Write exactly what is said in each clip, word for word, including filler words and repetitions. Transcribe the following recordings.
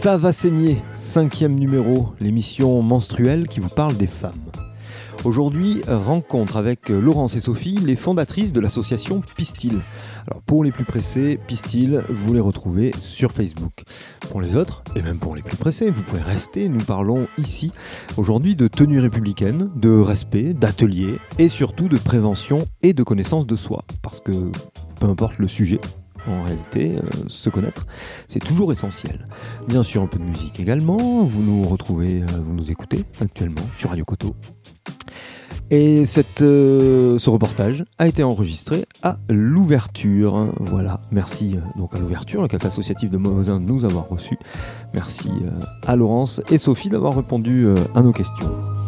Ça va saigner, cinquième numéro, l'émission menstruelle qui vous parle des femmes. Aujourd'hui, rencontre avec Laurence et Sophie, les fondatrices de l'association Pistil. Alors pour les plus pressés, Pistil, vous les retrouvez sur Facebook. Pour les autres, et même pour les plus pressés, vous pouvez rester, nous parlons ici aujourd'hui de tenue républicaine, de respect, d'atelier et surtout de prévention et de connaissance de soi. Parce que peu importe le sujet, en réalité, euh, se connaître, c'est toujours essentiel. Bien sûr, un peu de musique également. Vous nous retrouvez, euh, vous nous écoutez actuellement sur Radio Coteau. Et cette, euh, ce reportage a été enregistré à l'ouverture. Voilà, merci euh, donc à l'ouverture, le café associatif de Mosin de nous avoir reçus. Merci euh, à Laurence et Sophie d'avoir répondu euh, à nos questions.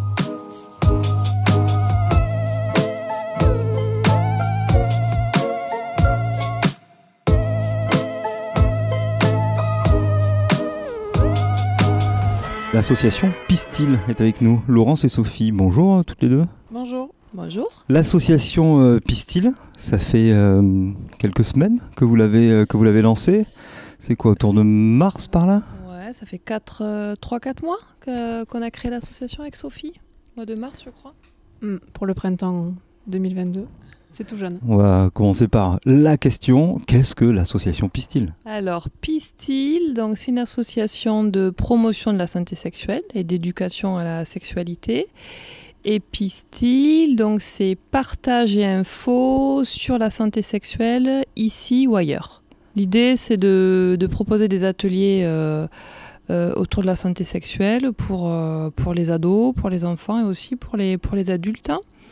L'association Pistil est avec nous. Laurence et Sophie, bonjour toutes les deux. Bonjour. Bonjour. L'association euh, Pistil, ça fait euh, quelques semaines que vous l'avez euh, que vous l'avez lancée. C'est quoi, autour de mars par là ? Ouais, ça fait trois quatre mois que, qu'on a créé l'association avec Sophie. Au mois de mars, je crois. Mmh, pour le printemps deux mille vingt-deux. C'est tout jeune. On va commencer par la question, qu'est-ce que l'association Pistil ? Alors, Pistil, donc, c'est une association de promotion de la santé sexuelle et d'éducation à la sexualité. Et Pistil, donc, c'est partage et info sur la santé sexuelle ici ou ailleurs. L'idée, c'est de, de proposer des ateliers euh, euh, autour de la santé sexuelle pour, euh, pour les ados, pour les enfants et aussi pour les, pour les adultes.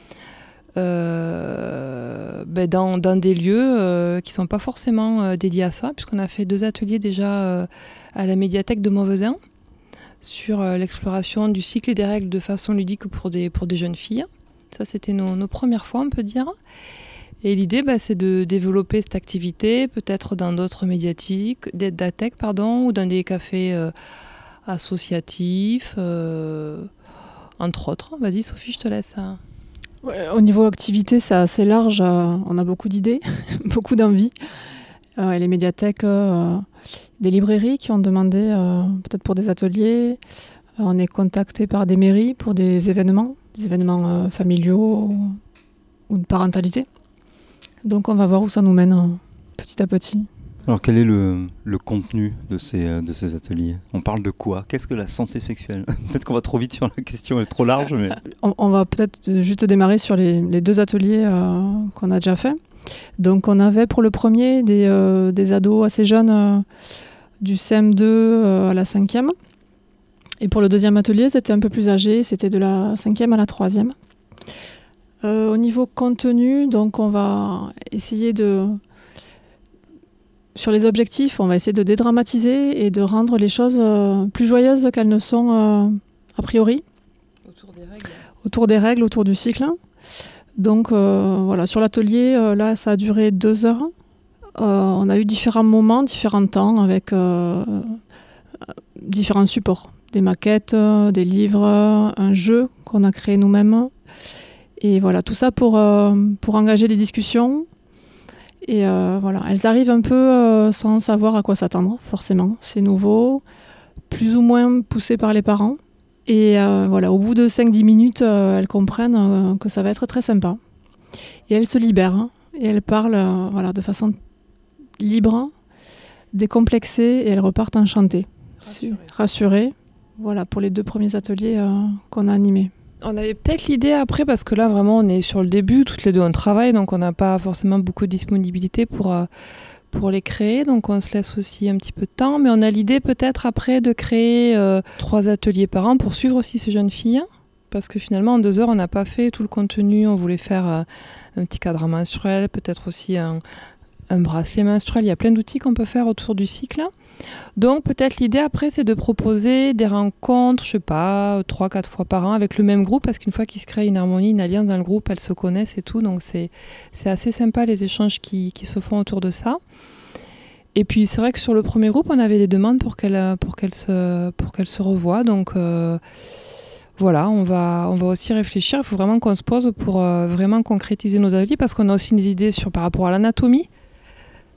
Euh, ben dans, dans des lieux euh, qui ne sont pas forcément euh, dédiés à ça, puisqu'on a fait deux ateliers déjà euh, à la médiathèque de Mauvezin sur euh, l'exploration du cycle et des règles de façon ludique pour des, pour des jeunes filles. Ça, c'était nos, nos premières fois, on peut dire. Et l'idée, ben, c'est de développer cette activité, peut-être dans d'autres médiathèques, médiathèques pardon, ou dans des cafés euh, associatifs, euh, entre autres. Vas-y, Sophie, je te laisse. Hein. Ouais, au niveau activité, c'est assez large. Euh, on a beaucoup d'idées, beaucoup d'envies. Euh, et les médiathèques, euh, des librairies qui ont demandé, euh, peut-être pour des ateliers. Euh, on est contacté par des mairies pour des événements, des événements euh, familiaux ou, ou de parentalité. Donc on va voir où ça nous mène euh, petit à petit. Alors quel est le, le contenu de ces, de ces ateliers ? On parle de quoi ? Qu'est-ce que la santé sexuelle ? Peut-être qu'on va trop vite sur la question, elle est trop large. Mais... On, on va peut-être juste démarrer sur les, les deux ateliers euh, qu'on a déjà fait. Donc on avait pour le premier des, euh, des ados assez jeunes euh, du C M deux euh, à la cinquième. Et pour le deuxième atelier, c'était un peu plus âgé, c'était de la cinquième à la troisième. Euh, au niveau contenu, donc on va essayer de... Sur les objectifs, on va essayer de dédramatiser et de rendre les choses euh, plus joyeuses qu'elles ne sont euh, a priori. Autour des règles. Autour des règles, autour du cycle. Donc euh, voilà, sur l'atelier, euh, là, ça a duré deux heures. Euh, on a eu différents moments, différents temps avec euh, différents supports. Des maquettes, euh, des livres, un jeu qu'on a créé nous-mêmes. Et voilà, tout ça pour, euh, pour engager les discussions. Et euh, voilà, elles arrivent un peu euh, sans savoir à quoi s'attendre, forcément. C'est nouveau, plus ou moins poussé par les parents. Et euh, voilà, au bout de cinq dix minutes, euh, elles comprennent euh, que ça va être très sympa. Et elles se libèrent. Hein, et elles parlent euh, voilà, de façon libre, décomplexée, et elles repartent enchantées. Rassurées. Rassurées. Voilà, pour les deux premiers ateliers euh, qu'on a animés. On avait peut-être l'idée après, parce que là, vraiment, on est sur le début, toutes les deux, on travaille, donc on n'a pas forcément beaucoup de disponibilité pour, euh, pour les créer, donc on se laisse aussi un petit peu de temps, mais on a l'idée peut-être après de créer euh, trois ateliers par an pour suivre aussi ces jeunes filles, parce que finalement, en deux heures, on n'a pas fait tout le contenu, on voulait faire euh, un petit cadre menstruel, peut-être aussi un, un bracelet menstruel, il y a plein d'outils qu'on peut faire autour du cycle. Donc peut-être l'idée après c'est de proposer des rencontres, je sais pas, trois quatre fois par an avec le même groupe, parce qu'une fois qu'il se crée une harmonie, une alliance dans le groupe, elles se connaissent et tout, donc c'est, c'est assez sympa les échanges qui, qui se font autour de ça. Et puis c'est vrai que sur le premier groupe on avait des demandes pour qu'elles, pour qu'elles, se, pour qu'elles se revoient, donc euh, voilà, on va, on va aussi réfléchir, il faut vraiment qu'on se pose pour euh, vraiment concrétiser nos avis, parce qu'on a aussi des idées sur, par rapport à l'anatomie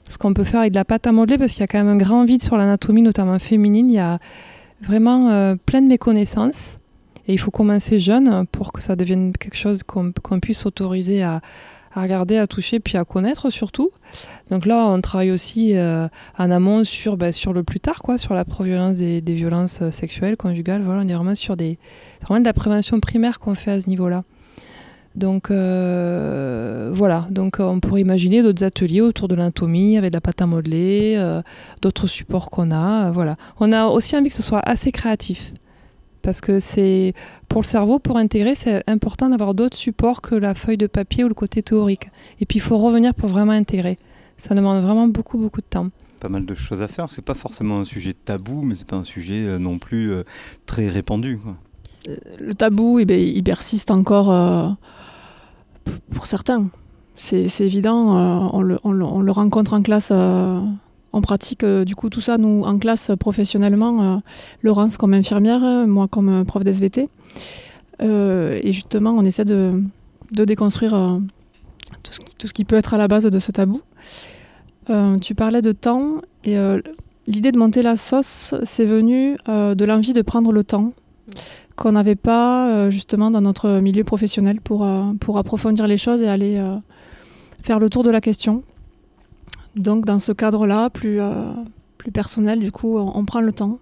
ce qu'on peut faire avec de la pâte à modeler, parce qu'il y a quand même un grand vide sur l'anatomie, notamment féminine. Il y a vraiment euh, plein de méconnaissances. Et il faut commencer jeune pour que ça devienne quelque chose qu'on, qu'on puisse s'autoriser à, à regarder, à toucher, puis à connaître surtout. Donc là, on travaille aussi euh, en amont sur, ben, sur le plus tard, quoi, sur la prévalence des, des violences sexuelles, conjugales. Voilà, on est vraiment sur des, vraiment de la prévention primaire qu'on fait à ce niveau-là. Donc euh, voilà, donc on pourrait imaginer d'autres ateliers autour de l'anatomie avec de la pâte à modeler, euh, d'autres supports qu'on a. Euh, voilà. On a aussi envie que ce soit assez créatif. Parce que c'est, pour le cerveau, pour intégrer, c'est important d'avoir d'autres supports que la feuille de papier ou le côté théorique. Et puis il faut revenir pour vraiment intégrer. Ça demande vraiment beaucoup, beaucoup de temps. Pas mal de choses à faire. C'est pas forcément un sujet tabou, mais c'est pas un sujet euh, non plus euh, très répandu, quoi. Le tabou, eh bien, il persiste encore euh, pour certains. C'est, c'est évident, euh, on, le, on, le, on le rencontre en classe. Euh, On pratique euh, du coup tout ça, nous, en classe, professionnellement. Euh, Laurence comme infirmière, euh, moi comme euh, prof d'S V T. Euh, et justement, on essaie de, de déconstruire euh, tout, ce qui, tout ce qui peut être à la base de ce tabou. Euh, tu parlais de temps, et euh, l'idée de monter la sauce, c'est venu euh, de l'envie de prendre le temps qu'on n'avait pas euh, justement dans notre milieu professionnel pour, euh, pour approfondir les choses et aller euh, faire le tour de la question. Donc dans ce cadre-là, plus, euh, plus personnel, du coup, on, on prend le temps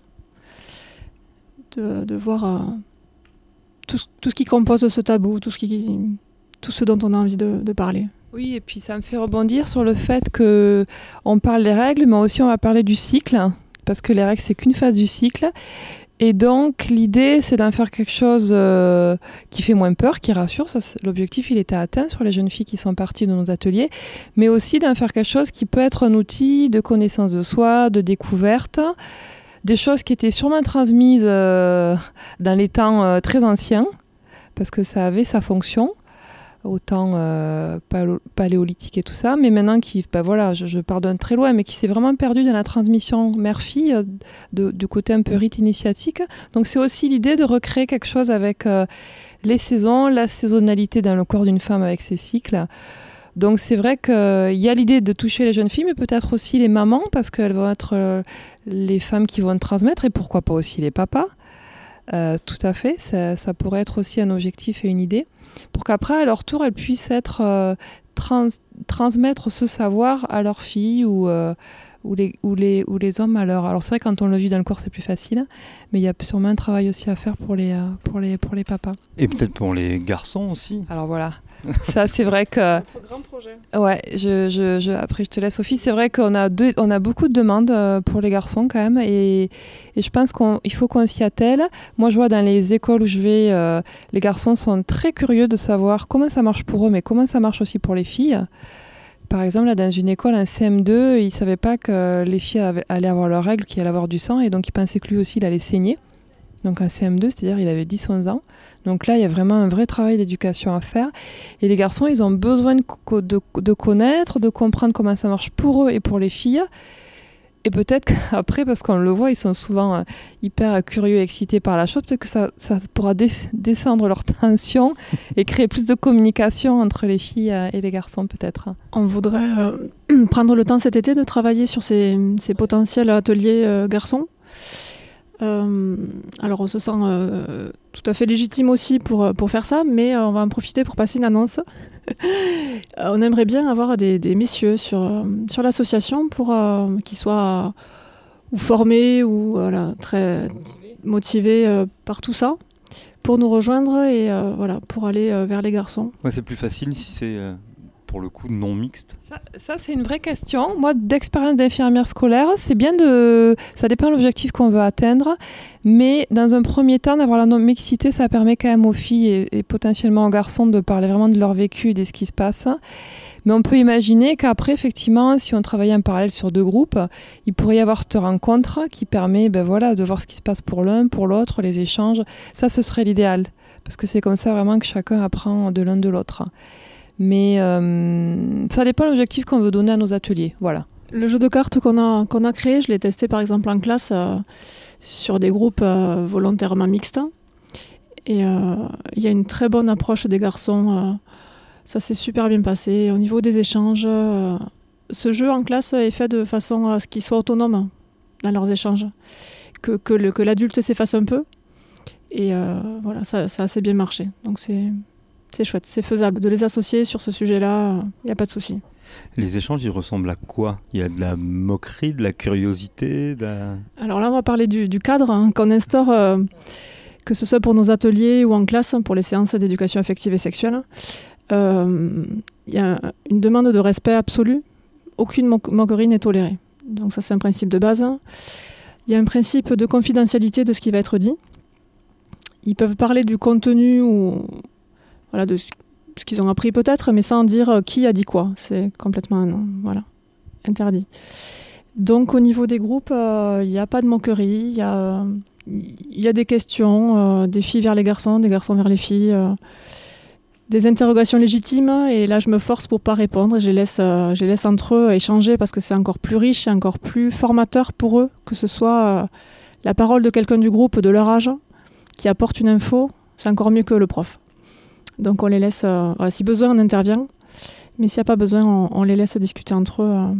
de, de voir euh, tout, tout ce qui compose ce tabou, tout ce, qui, tout ce dont on a envie de, de parler. Oui, et puis ça me fait rebondir sur le fait qu'on parle des règles, mais aussi on va parler du cycle, parce que les règles, c'est qu'une phase du cycle. Et donc, l'idée, c'est d'en faire quelque chose euh, qui fait moins peur, qui rassure. Ça, l'objectif, il était atteint sur les jeunes filles qui sont parties de nos ateliers, mais aussi d'en faire quelque chose qui peut être un outil de connaissance de soi, de découverte, des choses qui étaient sûrement transmises euh, dans les temps euh, très anciens, parce que ça avait sa fonction, au temps euh, palé- paléolithique et tout ça, mais maintenant qui, ben voilà, je, je pars d'un très loin, mais qui s'est vraiment perdu dans la transmission mère-fille, euh, de, du côté un peu rite initiatique. Donc c'est aussi l'idée de recréer quelque chose avec euh, les saisons, la saisonnalité dans le corps d'une femme avec ses cycles. Donc c'est vrai qu'il y a l'idée de toucher les jeunes filles, mais peut-être aussi les mamans, parce qu'elles vont être euh, les femmes qui vont transmettre, et pourquoi pas aussi les papas. Euh, tout à fait, ça, ça pourrait être aussi un objectif et une idée, pour qu'après, à leur tour, elles puissent être, euh, trans- transmettre ce savoir à leurs filles ou, euh, ou, les, ou, les, ou les hommes à leur... Alors c'est vrai, quand on le vit dans le corps, c'est plus facile, mais il y a sûrement un travail aussi à faire pour les, euh, pour les, pour les papas. Et peut-être pour les garçons aussi. Alors voilà, ça c'est vrai que... C'est notre grand projet. Ouais, je, je, je, après je te laisse Sophie. C'est vrai qu'on a, deux, on a beaucoup de demandes euh, pour les garçons quand même, et, et je pense qu'il faut qu'on s'y attelle. Moi je vois dans les écoles où je vais, euh, les garçons sont très curieux de savoir comment ça marche pour eux, mais comment ça marche aussi pour les filles. Par exemple, là, dans une école, un C M deux, ils ne savaient pas que les filles avaient, allaient avoir leurs règles, qu'il allait avoir du sang, et donc ils pensaient que lui aussi il allait saigner. Donc un C M deux, c'est-à-dire il avait dix onze ans. Donc là, il y a vraiment un vrai travail d'éducation à faire. Et les garçons, ils ont besoin de, de, de connaître, de comprendre comment ça marche pour eux et pour les filles. Et peut-être qu'après, parce qu'on le voit, ils sont souvent euh, hyper curieux et excités par la chose, peut-être que ça, ça pourra dé- descendre leur tension et créer plus de communication entre les filles euh, et les garçons, peut-être. On voudrait euh, prendre le temps cet été de travailler sur ces, ces potentiels ateliers euh, garçons. Euh, alors on se sent euh, tout à fait légitime aussi pour, pour faire ça, mais euh, on va en profiter pour passer une annonce. On aimerait bien avoir des, des messieurs sur, euh, sur l'association pour euh, qu'ils soient euh, ou formés ou voilà, très motivés euh, par tout ça, pour nous rejoindre et euh, voilà, pour aller euh, vers les garçons. Ouais, c'est plus facile si c'est euh, pour le coup non mixte. Ça, ça, c'est une vraie question. Moi, d'expérience d'infirmière scolaire, c'est bien de... Ça dépend de l'objectif qu'on veut atteindre, mais dans un premier temps, d'avoir la non-mixité, ça permet quand même aux filles et, et potentiellement aux garçons de parler vraiment de leur vécu et de ce qui se passe. Mais on peut imaginer qu'après, effectivement, si on travaillait en parallèle sur deux groupes, il pourrait y avoir cette rencontre qui permet ben voilà, de voir ce qui se passe pour l'un, pour l'autre, les échanges. Ça, ce serait l'idéal, parce que c'est comme ça vraiment que chacun apprend de l'un de l'autre. Mais euh, ça dépend de l'objectif qu'on veut donner à nos ateliers. Voilà. Le jeu de cartes qu'on a, qu'on a créé, je l'ai testé par exemple en classe euh, sur des groupes euh, volontairement mixtes. Et il euh, y a une très bonne approche des garçons. Euh, ça s'est super bien passé. Au niveau des échanges, euh, ce jeu en classe est fait de façon à ce qu'ils soient autonomes dans leurs échanges, que, que, le, que l'adulte s'efface un peu. Et euh, voilà, ça, ça a assez bien marché. Donc c'est, c'est chouette, c'est faisable. De les associer sur ce sujet-là, il n'y a pas de souci. Les échanges, ils ressemblent à quoi ? Il y a de la moquerie, de la curiosité de la... Alors là, on va parler du, du cadre hein, qu'on instaure, euh, que ce soit pour nos ateliers ou en classe, pour les séances d'éducation affective et sexuelle. Euh, il y a une demande de respect absolu. Aucune mo- moquerie n'est tolérée. Donc ça, c'est un principe de base. Il y a un principe de confidentialité de ce qui va être dit. Ils peuvent parler du contenu ou voilà, de ce qu'ils ont appris peut-être, mais sans dire qui a dit quoi. C'est complètement non, voilà, interdit. Donc au niveau des groupes, il euh, n'y a pas de moquerie. Il y a, y a des questions, euh, des filles vers les garçons, des garçons vers les filles, euh, des interrogations légitimes. Et là, je me force pour ne pas répondre. Je les laisse, euh, je les laisse entre eux échanger parce que c'est encore plus riche et encore plus formateur pour eux, que ce soit euh, la parole de quelqu'un du groupe de leur âge qui apporte une info, c'est encore mieux que le prof. Donc on les laisse, euh, voilà, si besoin on intervient, mais s'il n'y a pas besoin, on, on les laisse discuter entre eux. Euh,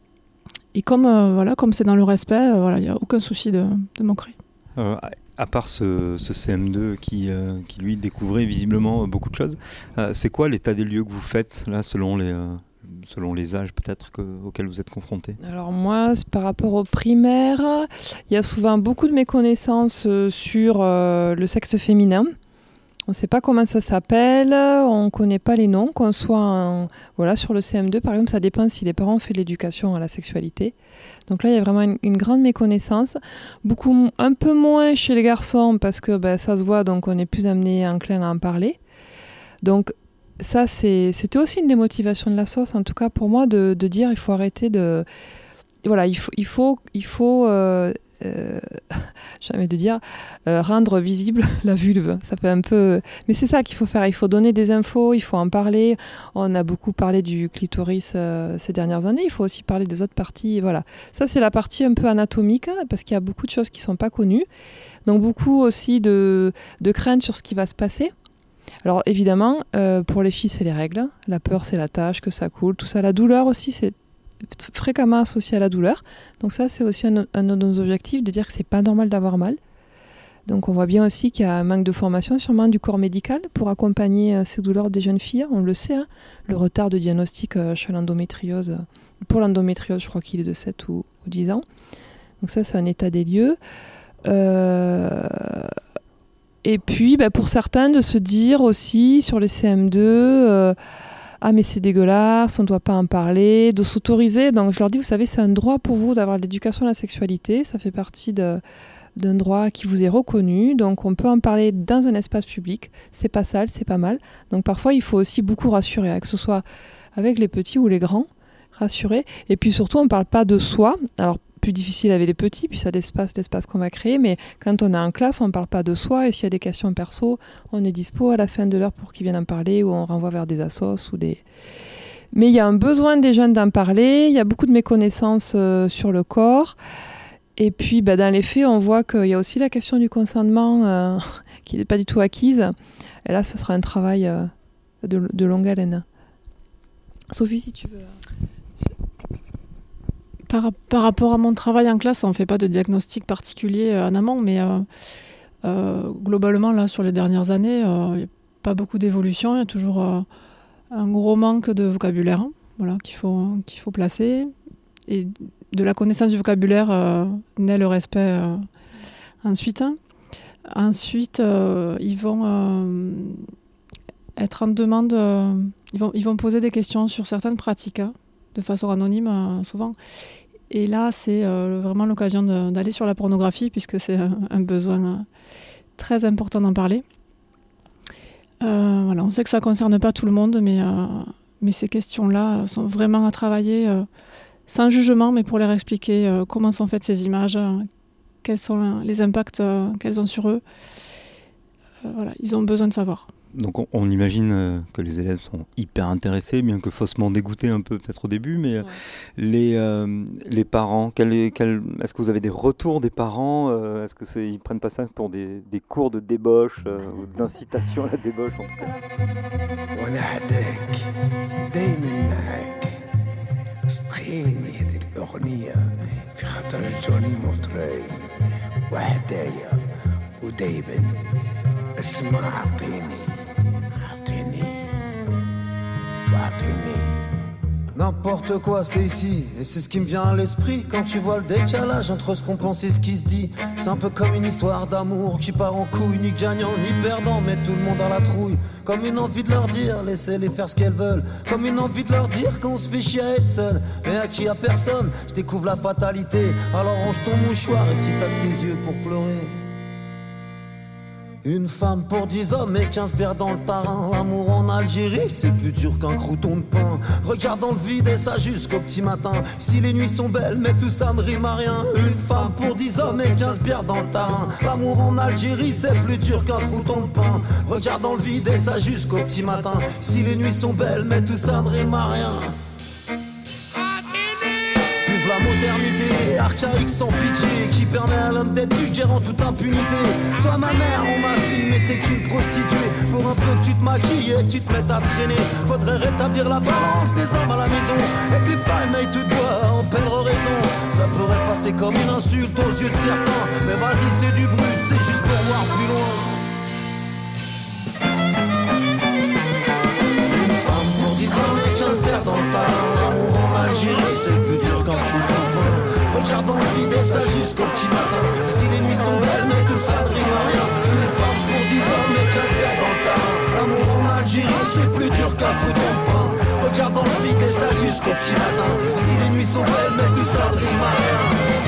et comme, euh, voilà, comme c'est dans le respect, euh, voilà, il n'y a aucun souci de, de moquerie. Euh, à part ce, ce C M deux qui, euh, qui lui découvrait visiblement beaucoup de choses, euh, c'est quoi l'état des lieux que vous faites là, selon les... Euh... selon les âges peut-être que, auxquels vous êtes confrontés? Alors moi, par rapport au primaire, il y a souvent beaucoup de méconnaissances euh, sur euh, le sexe féminin. On ne sait pas comment ça s'appelle, on ne connaît pas les noms, qu'on soit en, voilà, sur le C M deux, par exemple, ça dépend si les parents ont fait de l'éducation à la sexualité. Donc là, il y a vraiment une, une grande méconnaissance. Beaucoup, un peu moins chez les garçons parce que ben, ça se voit, donc on est plus amené, enclin à en parler. Donc ça, c'est, c'était aussi une des motivations de la sauce, en tout cas pour moi, de, de dire il faut arrêter de... Voilà, il faut, il faut, il faut euh, euh, j'ai envie de dire, euh, rendre visible la vulve. Ça fait un peu... Mais c'est ça qu'il faut faire, il faut donner des infos, il faut en parler. On a beaucoup parlé du clitoris euh, ces dernières années, il faut aussi parler des autres parties. Voilà. Ça, c'est la partie un peu anatomique, hein, parce qu'il y a beaucoup de choses qui ne sont pas connues. Donc beaucoup aussi de, de craintes sur ce qui va se passer. Alors évidemment, euh, pour les filles, c'est les règles. La peur, c'est la tache, que ça coule, tout ça. La douleur aussi, c'est fréquemment associé à la douleur. Donc ça, c'est aussi un, un de nos objectifs, de dire que c'est pas normal d'avoir mal. Donc on voit bien aussi qu'il y a un manque de formation, sûrement du corps médical, pour accompagner euh, ces douleurs des jeunes filles. On le sait, hein, le retard de diagnostic euh, chez l'endométriose. Euh, pour l'endométriose, je crois qu'il est de sept ou, ou dix ans. Donc ça, c'est un état des lieux. Euh... Et puis, bah, pour certains, de se dire aussi sur les C M deux, euh, ah mais c'est dégueulasse, on ne doit pas en parler, de s'autoriser. Donc je leur dis, vous savez, c'est un droit pour vous d'avoir de l'éducation à la sexualité, ça fait partie de, d'un droit qui vous est reconnu, donc on peut en parler dans un espace public, c'est pas sale, c'est pas mal. Donc parfois, il faut aussi beaucoup rassurer, hein, que ce soit avec les petits ou les grands, rassurer. Et puis surtout, on ne parle pas de soi. Alors, plus difficile avec les petits, puis ça l'espace, l'espace qu'on va créer, mais quand on est en classe, on ne parle pas de soi, et s'il y a des questions perso, on est dispo à la fin de l'heure pour qu'ils viennent en parler, ou on renvoie vers des assos, ou des... Mais il y a un besoin des jeunes d'en parler, il y a beaucoup de méconnaissances euh, sur le corps, et puis bah, dans les faits, on voit qu'il y a aussi la question du consentement euh, qui n'est pas du tout acquise, et là, ce sera un travail euh, de, de longue haleine. Sophie, si tu veux... Par, par rapport à mon travail en classe, on ne fait pas de diagnostic particulier en amont, mais euh, euh, globalement, là, sur les dernières années, il euh, n'y a pas beaucoup d'évolution. Il y a toujours euh, un gros manque de vocabulaire, hein, voilà, qu'il faut, qu'il faut placer. Et de la connaissance du vocabulaire euh, naît le respect euh, ensuite. Ensuite, euh, ils vont euh, être en demande, euh, ils, vont, ils vont poser des questions sur certaines pratiques, hein, de façon anonyme, euh, souvent. Et là, c'est euh, vraiment l'occasion de, d'aller sur la pornographie, puisque c'est un, un besoin euh, très important d'en parler. Euh, voilà, on sait que ça ne concerne pas tout le monde, mais, euh, mais ces questions-là sont vraiment à travailler euh, sans jugement, mais pour leur expliquer euh, comment sont faites ces images, euh, quels sont les impacts euh, qu'elles ont sur eux. Euh, voilà, ils ont besoin de savoir. Donc on, on imagine euh, que les élèves sont hyper intéressés, bien que faussement dégoûtés un peu peut-être au début, mais euh, ouais. les, euh, les parents, quel, quel, est-ce que vous avez des retours des parents euh, Est-ce qu'ils ne prennent pas ça pour des, des cours de débauche euh, ou d'incitation à la débauche en tout cas? سطحيني هذه الأغنية في خاطر جوني مونتري وحدايا ودايما اسمع عطيني عطيني وعطيني. N'importe quoi, c'est ici, et c'est ce qui me vient à l'esprit quand tu vois le décalage entre ce qu'on pense et ce qui se dit. C'est un peu comme une histoire d'amour qui part en couille, ni gagnant ni perdant, mais tout le monde a la trouille. Comme une envie de leur dire, laissez-les faire ce qu'elles veulent. Comme une envie de leur dire qu'on se fait chier à être seul, mais à qui à personne, je découvre la fatalité. Alors range ton mouchoir et si t'as que tes yeux pour pleurer. Une femme pour dix hommes et quinze bières dans le tarin. L'amour en Algérie, c'est plus dur qu'un crouton de pain. Regarde dans le vide et ça jusqu'au petit matin. Si les nuits sont belles, mais tout ça ne rime à rien. Une femme pour dix hommes et quinze bières dans le tarin. L'amour en Algérie, c'est plus dur qu'un crouton de pain. Regarde dans le vide et ça jusqu'au petit matin. Si les nuits sont belles, mais tout ça ne rime à rien. La modernité archaïque sans pitié qui permet à l'homme d'être vulgaire en toute impunité. Sois ma mère ou ma fille, mais t'es qu'une prostituée. Pour un peu que tu te maquilles et que tu te mettes à traîner. Faudrait rétablir la balance des hommes à la maison et que les femmes aillent tout droit en perdre raison. Ça pourrait passer comme une insulte aux yeux de certains, mais vas-y c'est du brut, c'est juste pour voir plus loin. Une femme pour dix ans et quinze paires dans le talent. L'amour en Algérie c'est plus dur qu'un fou. Regarde dans le vide et ça jusqu'au petit matin. Si les nuits sont belles mais tout ça ne rime à rien. Une femme pour dix hommes et quinze paires dans le terrain. L'amour en Algérie c'est plus dur qu'un crouton de pain. Regarde dans le vide et ça jusqu'au petit matin. Si les nuits sont belles mais tout ça ne rime à rien.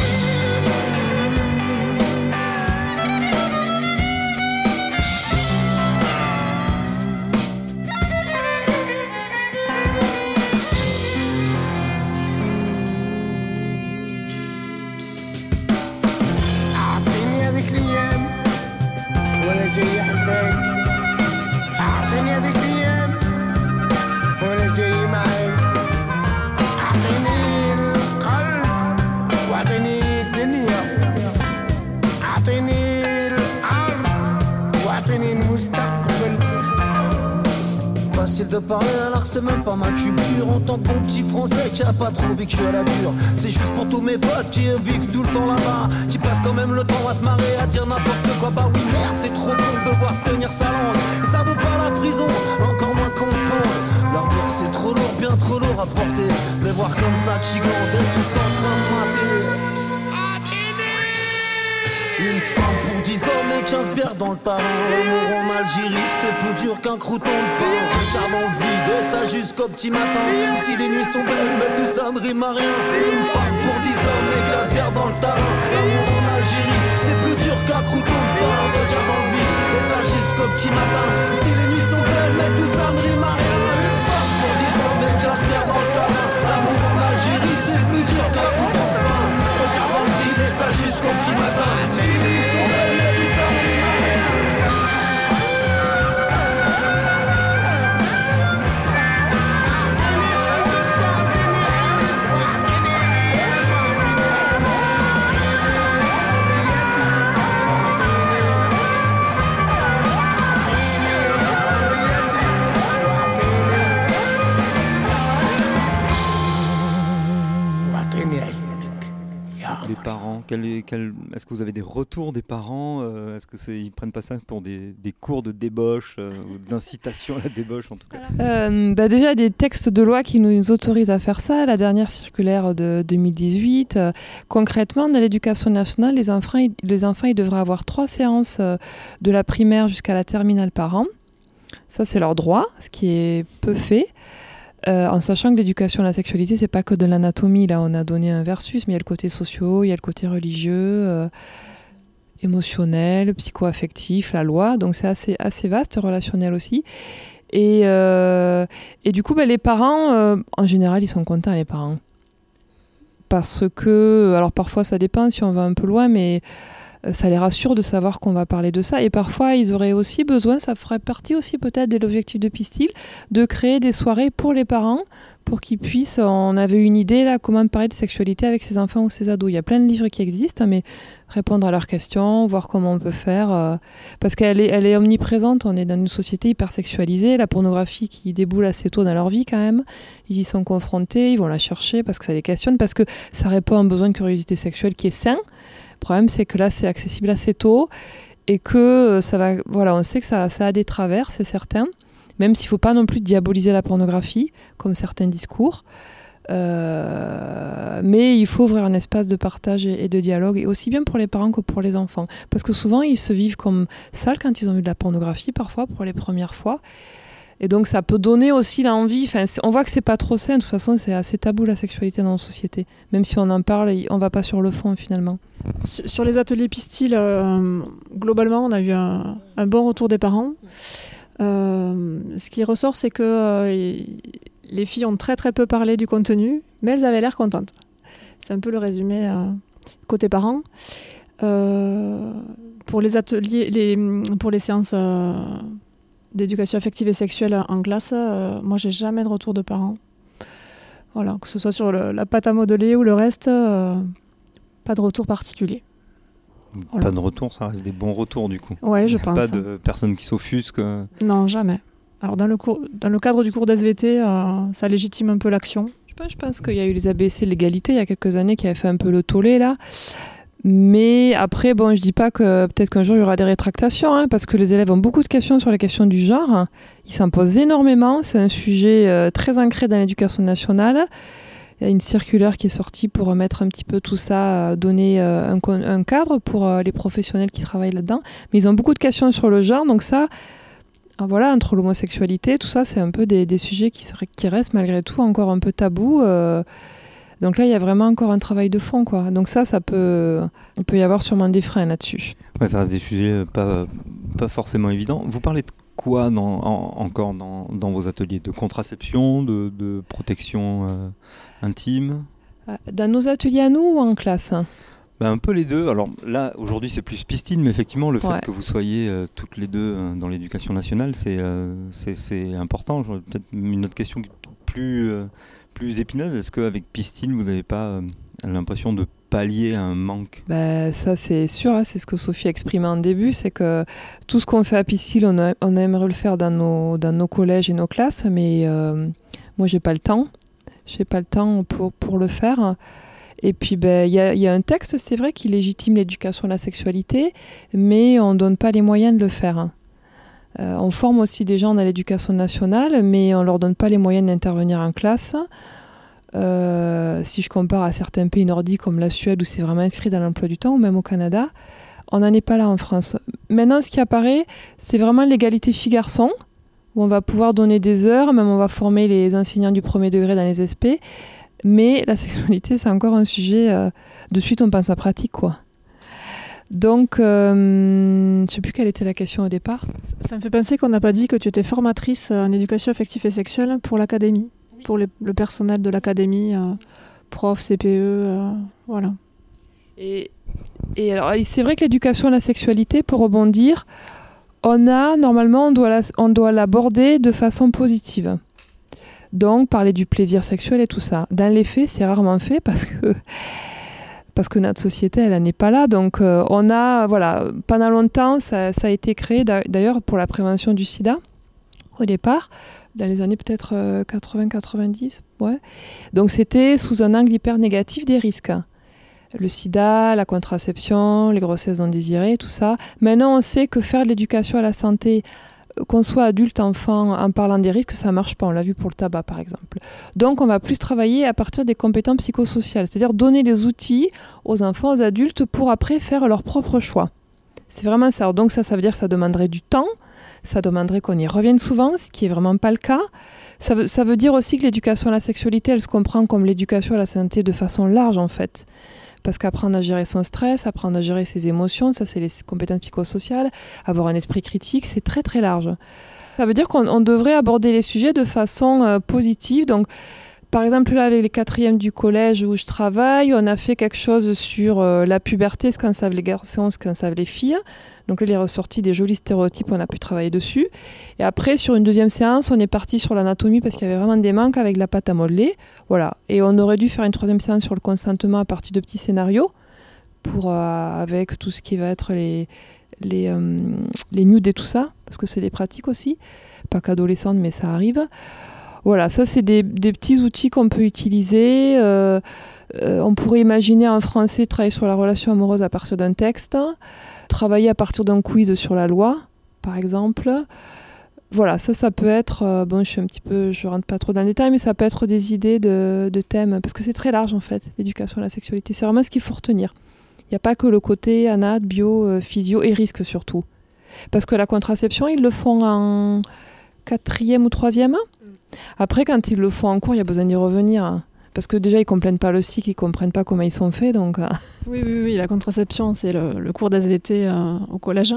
جاي أحبك أعطيني هذيك الأيام وأنا جاي معاك. أعطيني القلب وأعطيني الدنيا. أعطيني الأرض وأعطيني المستقبل. Facile de parler alors que c'est même pas ma culture. En tant que bon petit français qui a pas trop vécu à la dure. C'est juste pour tous mes potes qui vivent tout le temps là-bas, qui passent quand même le temps à se marrer, à dire n'importe quoi. Bah oui merde, c'est trop bon de devoir tenir sa langue. Et ça vaut pas la prison, encore moins qu'on le pense. Leur dire que c'est trop lourd, bien trop lourd à porter. Les voir comme ça qui glandent et tous en train de mater. Une femme pour dix hommes et quinze bières dans le talent. L'amour en Algérie c'est plus dur qu'un crouton de pain. Regarde dans le vide et ça jusqu'au petit matin. Si les nuits sont belles mais tout ça ne rime à rien. Une femme pour dix hommes et quinze bières dans le talent. L'amour en Algérie c'est plus dur qu'un crouton de pain. Regarde dans le vide et ça jusqu'au petit matin. Si les nuits sont belles mais tout ça ne rime à rien. Une femme pour dix hommes et quinze bières dans le talent. L'amour en Algérie c'est plus dur qu'un crouton de pain. Regarde dans le vide et ça jusqu'au petit matin. Si les nuits sont belles mais tout ça ne rime à rien. Les parents, quel, quel, est-ce que vous avez des retours des parents euh, Est-ce que c'est, ils prennent pas ça pour des, des cours de débauche euh, ou d'incitation à la débauche en tout cas euh, bah Déjà, des textes de loi qui nous autorisent à faire ça. La dernière circulaire de deux mille dix-huit. Euh, concrètement, dans l'éducation nationale, les enfants, ils, les enfants ils devraient avoir trois séances euh, de la primaire jusqu'à la terminale par an. Ça, c'est leur droit, ce qui est peu fait. Euh, en sachant que l'éducation à la sexualité, c'est pas que de l'anatomie. Là, on a donné un versus, mais il y a le côté socio, il y a le côté religieux, euh, émotionnel, psycho-affectif, la loi. Donc, c'est assez, assez vaste, relationnel aussi. Et, euh, et du coup, bah, les parents, euh, en général, ils sont contents, les parents. Parce que, alors parfois, ça dépend si on va un peu loin, mais ça les rassure de savoir qu'on va parler de ça. Et parfois, ils auraient aussi besoin, ça ferait partie aussi peut-être de l'objectif de Pistil, de créer des soirées pour les parents, pour qu'ils puissent, on avait une idée là, comment parler de sexualité avec ses enfants ou ses ados. Il y a plein de livres qui existent, mais répondre à leurs questions, voir comment on peut faire, euh, parce qu'elle est, elle est omniprésente, on est dans une société hyper sexualisée, la pornographie qui déboule assez tôt dans leur vie quand même, ils y sont confrontés, ils vont la chercher parce que ça les questionne, parce que ça répond à un besoin de curiosité sexuelle qui est sain. Le problème, c'est que là, c'est accessible assez tôt et que ça va. Voilà, on sait que ça, ça a des travers, c'est certain. Même s'il ne faut pas non plus diaboliser la pornographie, comme certains discours. Euh, mais il faut ouvrir un espace de partage et, et de dialogue, et aussi bien pour les parents que pour les enfants. Parce que souvent, ils se vivent comme sales quand ils ont vu de la pornographie, parfois, pour les premières fois. Et donc ça peut donner aussi l'envie, enfin, on voit que c'est pas trop sain, de toute façon c'est assez tabou la sexualité dans nos sociétés, même si on en parle, on va pas sur le fond finalement. Sur les ateliers Pistil, euh, globalement on a eu un, un bon retour des parents. Euh, ce qui ressort, c'est que euh, les filles ont très très peu parlé du contenu, mais elles avaient l'air contentes. C'est un peu le résumé euh, côté parents. Euh, pour les ateliers, les, pour les séances euh, d'éducation affective et sexuelle en classe, euh, moi j'ai jamais de retour de parents. Voilà, que ce soit sur le, la pâte à modeler ou le reste, euh, pas de retour particulier. Voilà. Pas de retour, ça reste des bons retours du coup. Ouais, je pense. Pas de personnes qui s'offusquent. Non, jamais. Alors dans le, cours, dans le cadre du cours d'S V T, euh, ça légitime un peu l'action. Je pense, je pense qu'il y a eu les A B C de l'égalité il y a quelques années qui avaient fait un peu le tollé là. Mais après, bon, je dis pas que peut-être qu'un jour il y aura des rétractations, hein, parce que les élèves ont beaucoup de questions sur les questions du genre. Ils s'en posent énormément. C'est un sujet euh, très ancré dans l'éducation nationale. Il y a une circulaire qui est sortie pour remettre un petit peu tout ça, euh, donner euh, un, un cadre pour euh, les professionnels qui travaillent là-dedans. Mais ils ont beaucoup de questions sur le genre, donc ça, alors voilà, entre l'homosexualité, tout ça, c'est un peu des, des sujets qui, seraient, qui restent malgré tout encore un peu tabous. Euh, Donc là, il y a vraiment encore un travail de fond, quoi. Donc ça, ça peut, il peut y avoir sûrement des freins là-dessus. Ouais, ça reste des sujets pas, pas forcément évidents. Vous parlez de quoi dans, en, encore dans, dans vos ateliers? De contraception, de, de protection euh, intime? Dans nos ateliers à nous ou en classe? Ben, un peu les deux. Alors là, aujourd'hui, c'est plus Pistil, mais effectivement, le fait ouais. que vous soyez euh, toutes les deux euh, dans l'éducation nationale, c'est, euh, c'est, c'est important. J'aurais peut-être une autre question plus... Euh, plus épineuse, est-ce qu'avec Pistil, vous n'avez pas euh, l'impression de pallier un manque? Bah, ça, c'est sûr, hein, c'est ce que Sophie a exprimé en début, c'est que tout ce qu'on fait à Pistil, on, a, on aimerait le faire dans nos, dans nos collèges et nos classes, mais euh, moi, j'ai pas le temps. J'ai pas le temps pour, pour le faire. Et puis, ben, y a, y a un texte, c'est vrai, qui légitime l'éducation à la sexualité, mais on ne donne pas les moyens de le faire. Euh, on forme aussi des gens dans l'éducation nationale, mais on ne leur donne pas les moyens d'intervenir en classe. Euh, si je compare à certains pays nordiques comme la Suède, où c'est vraiment inscrit dans l'emploi du temps, ou même au Canada, on n'en est pas là en France. Maintenant, ce qui apparaît, c'est vraiment l'égalité filles-garçons, où on va pouvoir donner des heures, même on va former les enseignants du premier degré dans les S P, mais la sexualité, c'est encore un sujet, euh, de suite on pense à pratique, quoi. Donc, euh, je ne sais plus quelle était la question au départ. Ça me fait penser qu'on n'a pas dit que tu étais formatrice en éducation affective et sexuelle pour l'académie, oui. Pour les, le personnel de l'académie, euh, prof, C P E, euh, voilà. Et, et alors, c'est vrai que l'éducation à la sexualité, pour rebondir, on a, normalement, on doit, la, on doit l'aborder de façon positive. Donc, parler du plaisir sexuel et tout ça. Dans les faits, c'est rarement fait parce que... parce que notre société, elle n'est pas là. Donc, euh, on a, voilà, pendant longtemps, ça, ça a été créé, d'ailleurs, pour la prévention du sida, au départ, dans les années peut-être euh, quatre-vingts quatre-vingt-dix. Ouais. Donc, c'était sous un angle hyper négatif des risques. Le sida, la contraception, les grossesses non désirées, tout ça. Maintenant, on sait que faire de l'éducation à la santé, qu'on soit adulte, enfant, en parlant des risques, ça ne marche pas. On l'a vu pour le tabac, par exemple. Donc, on va plus travailler à partir des compétences psychosociales, c'est-à-dire donner des outils aux enfants, aux adultes, pour après faire leur propre choix. C'est vraiment ça. Donc, ça, ça veut dire que ça demanderait du temps, ça demanderait qu'on y revienne souvent, ce qui n'est vraiment pas le cas. Ça veut, ça veut dire aussi que l'éducation à la sexualité, elle se comprend comme l'éducation à la santé de façon large, en fait. Parce qu'apprendre à gérer son stress, apprendre à gérer ses émotions, ça c'est les compétences psychosociales, avoir un esprit critique, c'est très très large. Ça veut dire qu'on on devrait aborder les sujets de façon euh, positive, donc par exemple, là, avec les quatrièmes du collège où je travaille, on a fait quelque chose sur euh, la puberté, ce qu'en savent les garçons, ce qu'en savent les filles. Donc là, il est ressorti des jolis stéréotypes, on a pu travailler dessus. Et après, sur une deuxième séance, on est parti sur l'anatomie parce qu'il y avait vraiment des manques avec la pâte à modeler. Voilà. Et on aurait dû faire une troisième séance sur le consentement à partir de petits scénarios, pour, euh, avec tout ce qui va être les, les, euh, les nudes et tout ça, parce que c'est des pratiques aussi. Pas qu'adolescentes, mais ça arrive. Voilà, ça, c'est des, des petits outils qu'on peut utiliser. Euh, euh, on pourrait imaginer en français travailler sur la relation amoureuse à partir d'un texte, travailler à partir d'un quiz sur la loi, par exemple. Voilà, ça, ça peut être... Euh, bon, je suis un petit peu... Je rentre pas trop dans le détail, mais ça peut être des idées de, de thèmes, parce que c'est très large, en fait, l'éducation à la sexualité. C'est vraiment ce qu'il faut retenir. Il n'y a pas que le côté anat, bio, euh, physio et risque, surtout. Parce que la contraception, ils le font en quatrième ou troisième. Après, quand ils le font en cours, il y a besoin d'y revenir. Parce que déjà, ils ne comprennent pas le cycle, ils ne comprennent pas comment ils sont faits. Donc... Oui, oui, oui, la contraception, c'est le, le cours d'S V T euh, au collège,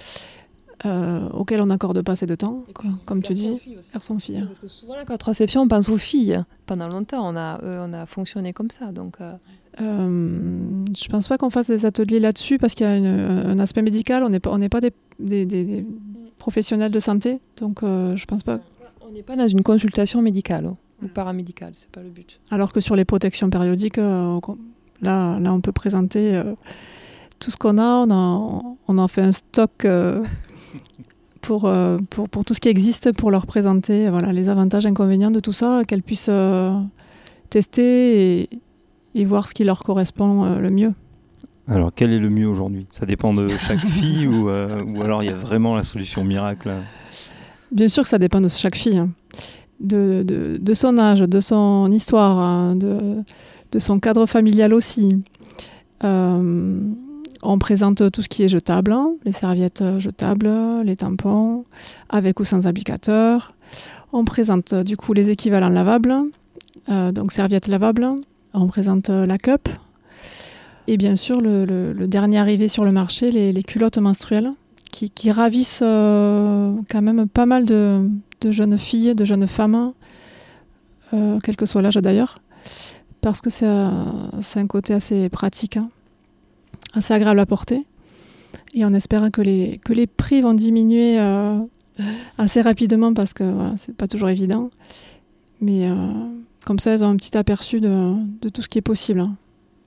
euh, auquel on n'accorde pas assez de temps, quoi, comme tu dis, garçon-fille. Parce que souvent, la contraception, on pense aux filles. Pendant longtemps, on a, euh, on a fonctionné comme ça. Donc, euh... Euh, je ne pense pas qu'on fasse des ateliers là-dessus, parce qu'il y a une, un aspect médical. On n'est pas, on n'est pas des, des, des, des professionnels de santé, donc euh, je ne pense pas... On n'est pas dans une consultation médicale ou paramédicale, c'est pas le but. Alors que sur les protections périodiques, euh, là, là, on peut présenter euh, tout ce qu'on a. On a, on a fait un stock euh, pour, euh, pour, pour tout ce qui existe, pour leur présenter voilà, les avantages et inconvénients de tout ça, qu'elles puissent euh, tester et, et voir ce qui leur correspond euh, le mieux. Alors, quel est le mieux aujourd'hui ? Ça dépend de chaque fille ou, euh, ou alors il y a vraiment la solution miracle ? Bien sûr que ça dépend de chaque fille, hein. de, de, de son âge, de son histoire, hein, de, de son cadre familial aussi. Euh, on présente tout ce qui est jetable, hein, les serviettes jetables, les tampons, avec ou sans applicateur. On présente du coup les équivalents lavables, euh, donc serviettes lavables. On présente la cup. Et bien sûr, le, le, le dernier arrivé sur le marché, les, les culottes menstruelles. Qui, qui ravissent euh, quand même pas mal de, de jeunes filles, de jeunes femmes, euh, quel que soit l'âge d'ailleurs, parce que c'est, euh, c'est un côté assez pratique, hein, assez agréable à porter. Et on espère que les, que les prix vont diminuer euh, assez rapidement, parce que voilà, c'est pas toujours évident. Mais euh, comme ça, elles ont un petit aperçu de, de tout ce qui est possible. Hein.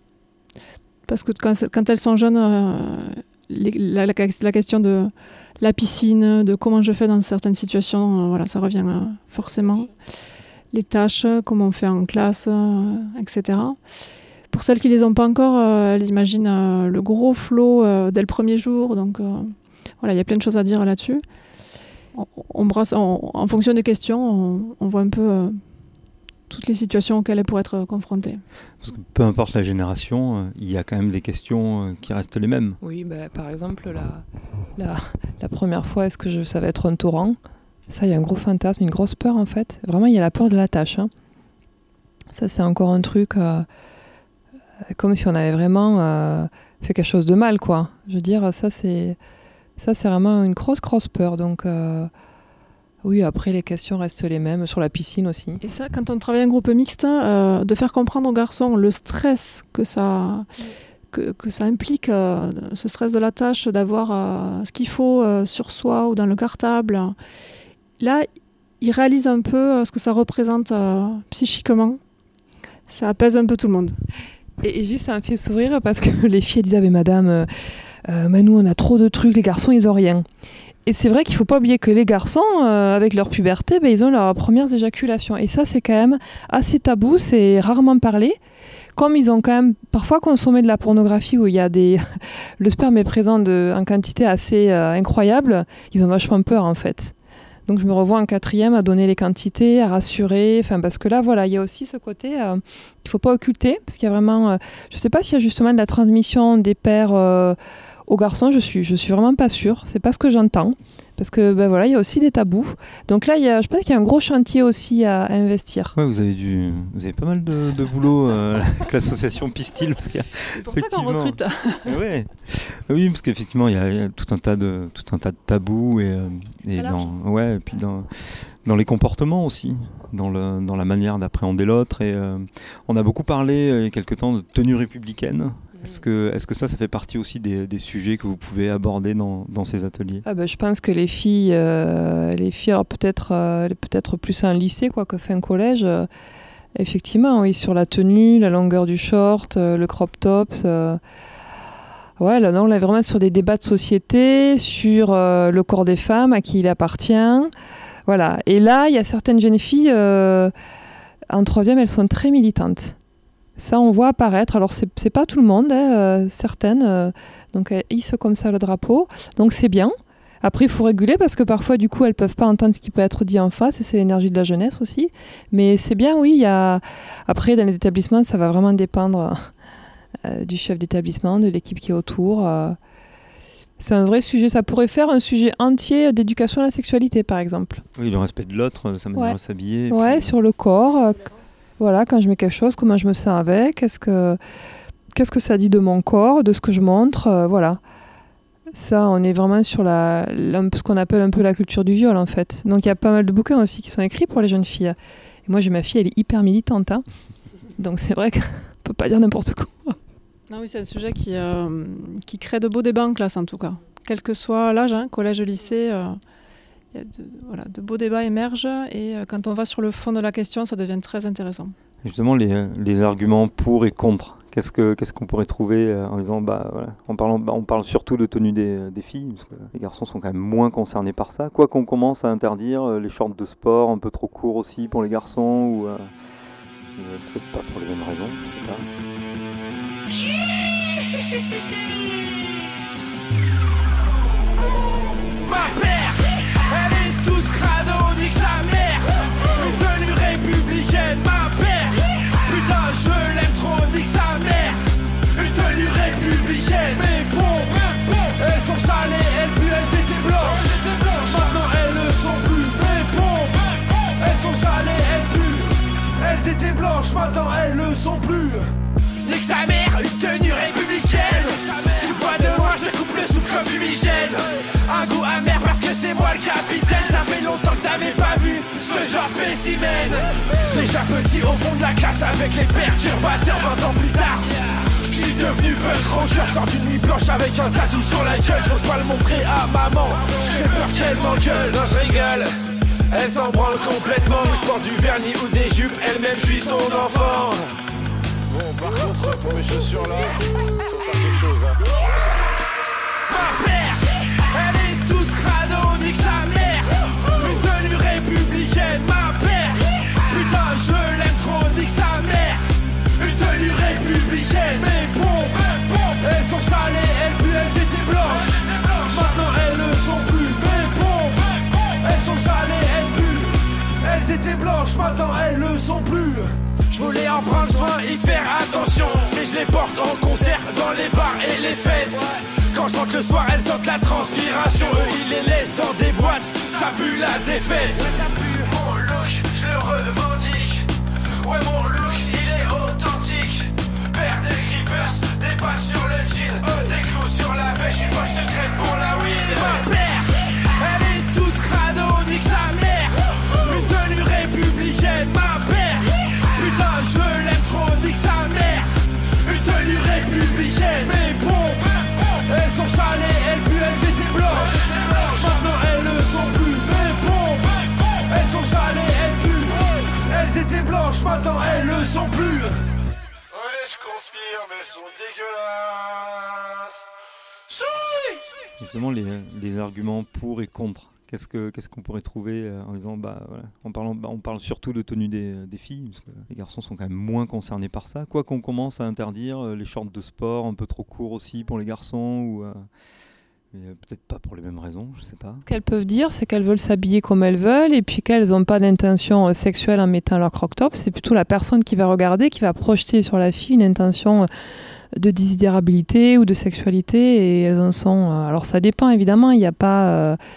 Parce que quand, quand elles sont jeunes... Euh, Les, la, la, la question de la piscine, de comment je fais dans certaines situations, euh, voilà, ça revient euh, forcément. Les tâches, comment on fait en classe, euh, et cetera. Pour celles qui ne les ont pas encore, euh, elles imaginent euh, le gros flot euh, dès le premier jour. Donc euh, voilà, il y a plein de choses à dire là-dessus. On, on brasse, on, en fonction des questions, on, on voit un peu euh, toutes les situations auxquelles elles pourraient être confrontées. Parce que peu importe la génération, euh, il y a quand même des questions euh, qui restent les mêmes. Oui, bah, par exemple, la, la, la première fois, est-ce que je, ça va être un torrent ? Ça, il y a un gros fantasme, une grosse peur en fait. Vraiment, il y a la peur de la tâche. Hein. Ça, c'est encore un truc euh, comme si on avait vraiment euh, fait quelque chose de mal, quoi. Je veux dire, ça, c'est, ça, c'est vraiment une grosse, grosse peur. Donc... Euh, Oui, après, les questions restent les mêmes, sur la piscine aussi. Et ça, quand on travaille en groupe mixte, euh, de faire comprendre aux garçons le stress que ça, oui. que, que ça implique, euh, ce stress de la tâche, d'avoir euh, ce qu'il faut euh, sur soi ou dans le cartable. Là, ils réalisent un peu euh, ce que ça représente euh, psychiquement. Ça apaise un peu tout le monde. Et, et juste, ça me fait sourire parce que les filles disaient, mais madame, euh, euh, mais nous, on a trop de trucs, les garçons, ils ont rien. Et c'est vrai qu'il ne faut pas oublier que les garçons, euh, avec leur puberté, ben, ils ont leurs premières éjaculations. Et ça, c'est quand même assez tabou, c'est rarement parlé. Comme ils ont quand même parfois consommé de la pornographie où il y a des... le sperme est présent de... en quantité assez euh, incroyable, ils ont vachement peur en fait. Donc je me revois en quatrième à donner les quantités, à rassurer, enfin, parce que là, voilà, il y a aussi ce côté euh, qu'il ne faut pas occulter, parce qu'il y a vraiment... Euh, je ne sais pas s'il y a justement de la transmission des pères... Euh, aux garçons, je suis, je suis vraiment pas sûre. C'est pas ce que j'entends. Parce que ben voilà, il y a aussi des tabous. Donc là, il y a, je pense qu'il y a un gros chantier aussi à, à investir. Ouais, vous avez du, vous avez pas mal de, de boulot euh, avec l'association Pistil, parce qu'il y a C'est pour ça qu'on recrute. ouais. Oui, parce qu'effectivement, il y, a, il y a tout un tas de, tout un tas de tabous et, euh, et dans, ouais, et puis dans, dans les comportements aussi, dans le, dans la manière d'appréhender l'autre. Et euh, on a beaucoup parlé euh, il y a quelque temps de tenue républicaine. Est-ce que, est-ce que ça, ça fait partie aussi des, des sujets que vous pouvez aborder dans, dans ces ateliers ? Ah ben, je pense que les filles, euh, les filles, alors peut-être, euh, peut-être plus un lycée quoi, que fin collège, euh, effectivement, oui, sur la tenue, la longueur du short, euh, le crop top. Euh, ouais, là, non, on est vraiment sur des débats de société, sur euh, le corps des femmes, à qui il appartient. Voilà. Et là, il y a certaines jeunes filles, euh, en troisième, elles sont très militantes. Ça, on voit apparaître. Alors, c'est, c'est pas tout le monde, hein, euh, certaines. Euh, donc, elles hissent comme ça le drapeau. Donc, c'est bien. Après, il faut réguler parce que parfois, du coup, elles peuvent pas entendre ce qui peut être dit en face. Et c'est l'énergie de la jeunesse aussi. Mais c'est bien, oui. Il y a... Après, dans les établissements, ça va vraiment dépendre euh, du chef d'établissement, de l'équipe qui est autour. Euh... C'est un vrai sujet. Ça pourrait faire un sujet entier d'éducation à la sexualité, par exemple. Oui, le respect de l'autre, sa manière ouais. de s'habiller. Ouais, puis... sur le corps. Euh... Voilà, quand je mets quelque chose, comment je me sens avec, qu'est-ce que, qu'est-ce que ça dit de mon corps, de ce que je montre, euh, voilà. Ça, on est vraiment sur la, la, ce qu'on appelle un peu la culture du viol, en fait. Donc, il y a pas mal de bouquins aussi qui sont écrits pour les jeunes filles. Et moi, j'ai ma fille, elle est hyper militante. Hein. Donc, c'est vrai qu'on ne peut pas dire n'importe quoi. Non, oui, c'est un sujet qui, euh, qui crée de beaux débats en classe, en tout cas. Quel que soit l'âge, hein, collège, lycée... Euh... Il y a de, voilà, de beaux débats émergent et euh, quand on va sur le fond de la question, ça devient très intéressant. Justement, les, les arguments pour et contre, qu'est-ce, que, qu'est-ce qu'on pourrait trouver euh, en disant, bah, voilà, en parlant, bah, on parle surtout de tenue des, des filles, parce que les garçons sont quand même moins concernés par ça. Quoi qu'on commence à interdire euh, les shorts de sport un peu trop courts aussi pour les garçons, ou euh, euh, peut-être pas pour les mêmes raisons, je sais pas. Ma mère, elle est toute crado, nique sa mère. Une tenue républicaine, ma mère. Putain, je l'aime trop, nique sa mère. Une tenue républicaine, mais bon, elles sont salées, elles puent, elles étaient blanches. Maintenant elles ne sont plus, mais bon, elles sont salées, elles puent. Elles étaient blanches, maintenant elles ne sont plus. Nique sa mère, une tenue républicaine. Tu vois de moi, je te coupe le souffle comme fumigène. Un goût amer parce que c'est moi le capitaine. Ça fait longtemps que t'avais pas vu ce genre spécimen. Déjà petit au fond de la classe avec les perturbateurs. Vingt ans plus tard, je suis devenu punk rocker. Je sors d'une nuit blanche avec un tatou sur la gueule. J'ose pas le montrer à maman, j'ai peur qu'elle m'engueule. Non, je rigole, elle s'en branle complètement. Je porte du vernis ou des jupes, elle-même je suis son enfant. Bon, par contre, pour mes chaussures là, faut faire quelque chose, hein. Ma mère, elle est toute crado, nique sa mère. Une tenue républicaine, ma mère. Putain, je l'aime trop, nique sa mère. Une tenue républicaine, mais bon, elles sont salées, elles puent, elles étaient blanches. Maintenant elles ne sont plus, mais bon, elles sont salées, elles puent. Elles étaient blanches, maintenant elles ne sont plus. Je voulais en prendre soin, y faire attention. Mais je les porte en concert dans les bars et les fêtes. Quand je rentre le soir, elles sentent la transpiration. Eux, ils les laissent dans des boîtes, ça pue la défaite. Mon look, je le revendique. Ouais, mon look, il est authentique. Père des creepers, des pattes sur le jean, des clous sur la veille. J'suis poche secrète pour la weed. Ma mère, elle est toute crado, nique sa mère. Une tenue républicaine, ma mère. Putain, je l'aime trop, nique sa mère. Une tenue républicaine, mais bon, elles sont salées, elles puent, elles étaient blanches. Maintenant elles ne sont plus, mais bon, elles sont salées, elles puent. Elles étaient blanches, maintenant elles ne sont plus. Ouais, je confirme, elles sont dégueulasses. Justement, les, les arguments pour et contre. Qu'est-ce, que, qu'est-ce qu'on pourrait trouver euh, en disant, bah, voilà, en parlant, bah, on parle surtout de tenue des, des filles, parce que les garçons sont quand même moins concernés par ça. Quoi qu'on commence à interdire euh, les shorts de sport un peu trop courts aussi pour les garçons, ou euh, mais, euh, peut-être pas pour les mêmes raisons, je sais pas. Ce qu'elles peuvent dire, c'est qu'elles veulent s'habiller comme elles veulent, et puis qu'elles n'ont pas d'intention euh, sexuelle en mettant leur croc-top. C'est plutôt la personne qui va regarder, qui va projeter sur la fille une intention euh, de désirabilité ou de sexualité, et elles en sont... Euh, alors ça dépend évidemment, il n'y a pas... Euh,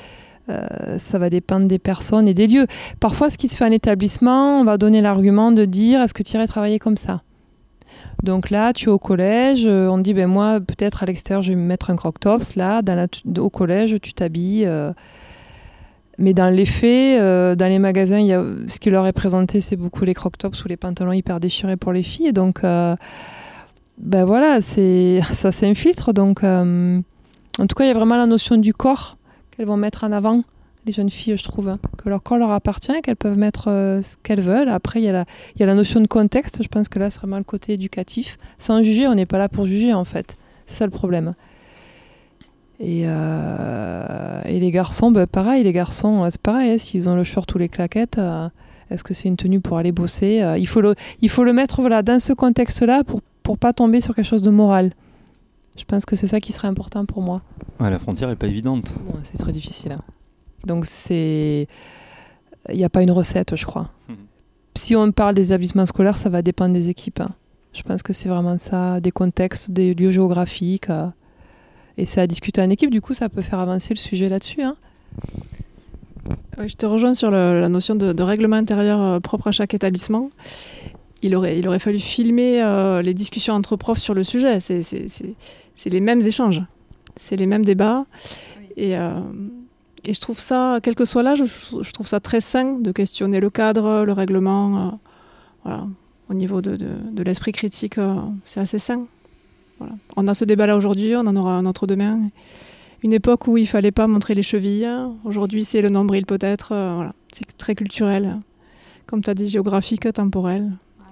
Euh, ça va dépendre des personnes et des lieux. Parfois, ce qui se fait en établissement, on va donner l'argument de dire est-ce que tu irais travailler comme ça ? Donc là, tu es au collège, euh, on dit ben moi, peut-être à l'extérieur, je vais me mettre un croc-tops. Là, dans la, au collège, tu t'habilles. Euh, mais dans les faits, euh, dans les magasins, y a, ce qui leur est présenté, c'est beaucoup les croc-tops ou les pantalons hyper déchirés pour les filles. Donc, euh, ben voilà, c'est, ça s'infiltre. Donc, euh, en tout cas, il y a vraiment la notion du corps qu'elles vont mettre en avant, les jeunes filles, je trouve, hein, que leur corps leur appartient, qu'elles peuvent mettre euh, ce qu'elles veulent. Après, il y, a il y a la notion de contexte, je pense que là, c'est vraiment le côté éducatif. Sans juger, on n'est pas là pour juger, en fait. C'est ça le problème. Et, euh, et les garçons, ben, pareil, les garçons, c'est pareil, hein, s'ils ont le short ou les claquettes, euh, est-ce que c'est une tenue pour aller bosser ? euh, il, faut le, il faut le mettre voilà, dans ce contexte-là pour ne pas tomber sur quelque chose de moral. Je pense que c'est ça qui serait important pour moi. Ouais, la frontière n'est pas évidente. Bon, c'est très difficile. Hein. Donc, c'est... il n'y a pas une recette, je crois. Mmh. Si on parle des établissements scolaires, ça va dépendre des équipes. Hein. Je pense que c'est vraiment ça, des contextes, des lieux géographiques. Euh, et c'est à discuter en équipe. Du coup, ça peut faire avancer le sujet là-dessus. Hein. Oui, je te rejoins sur le, la notion de, de règlement intérieur euh, propre à chaque établissement. Il aurait, il aurait fallu filmer euh, les discussions entre profs sur le sujet. C'est, c'est, c'est, c'est les mêmes échanges, c'est les mêmes débats. Oui. Et, euh, et je trouve ça, quel que soit l'âge, je, je trouve ça très sain de questionner le cadre, le règlement. Euh, voilà. Au niveau de, de, de l'esprit critique, euh, c'est assez sain. Voilà. On a ce débat-là aujourd'hui, on en aura un autre demain. Une époque où il ne fallait pas montrer les chevilles. Aujourd'hui, c'est le nombril peut-être. Euh, voilà. C'est très culturel. Comme tu as dit, géographique, temporel.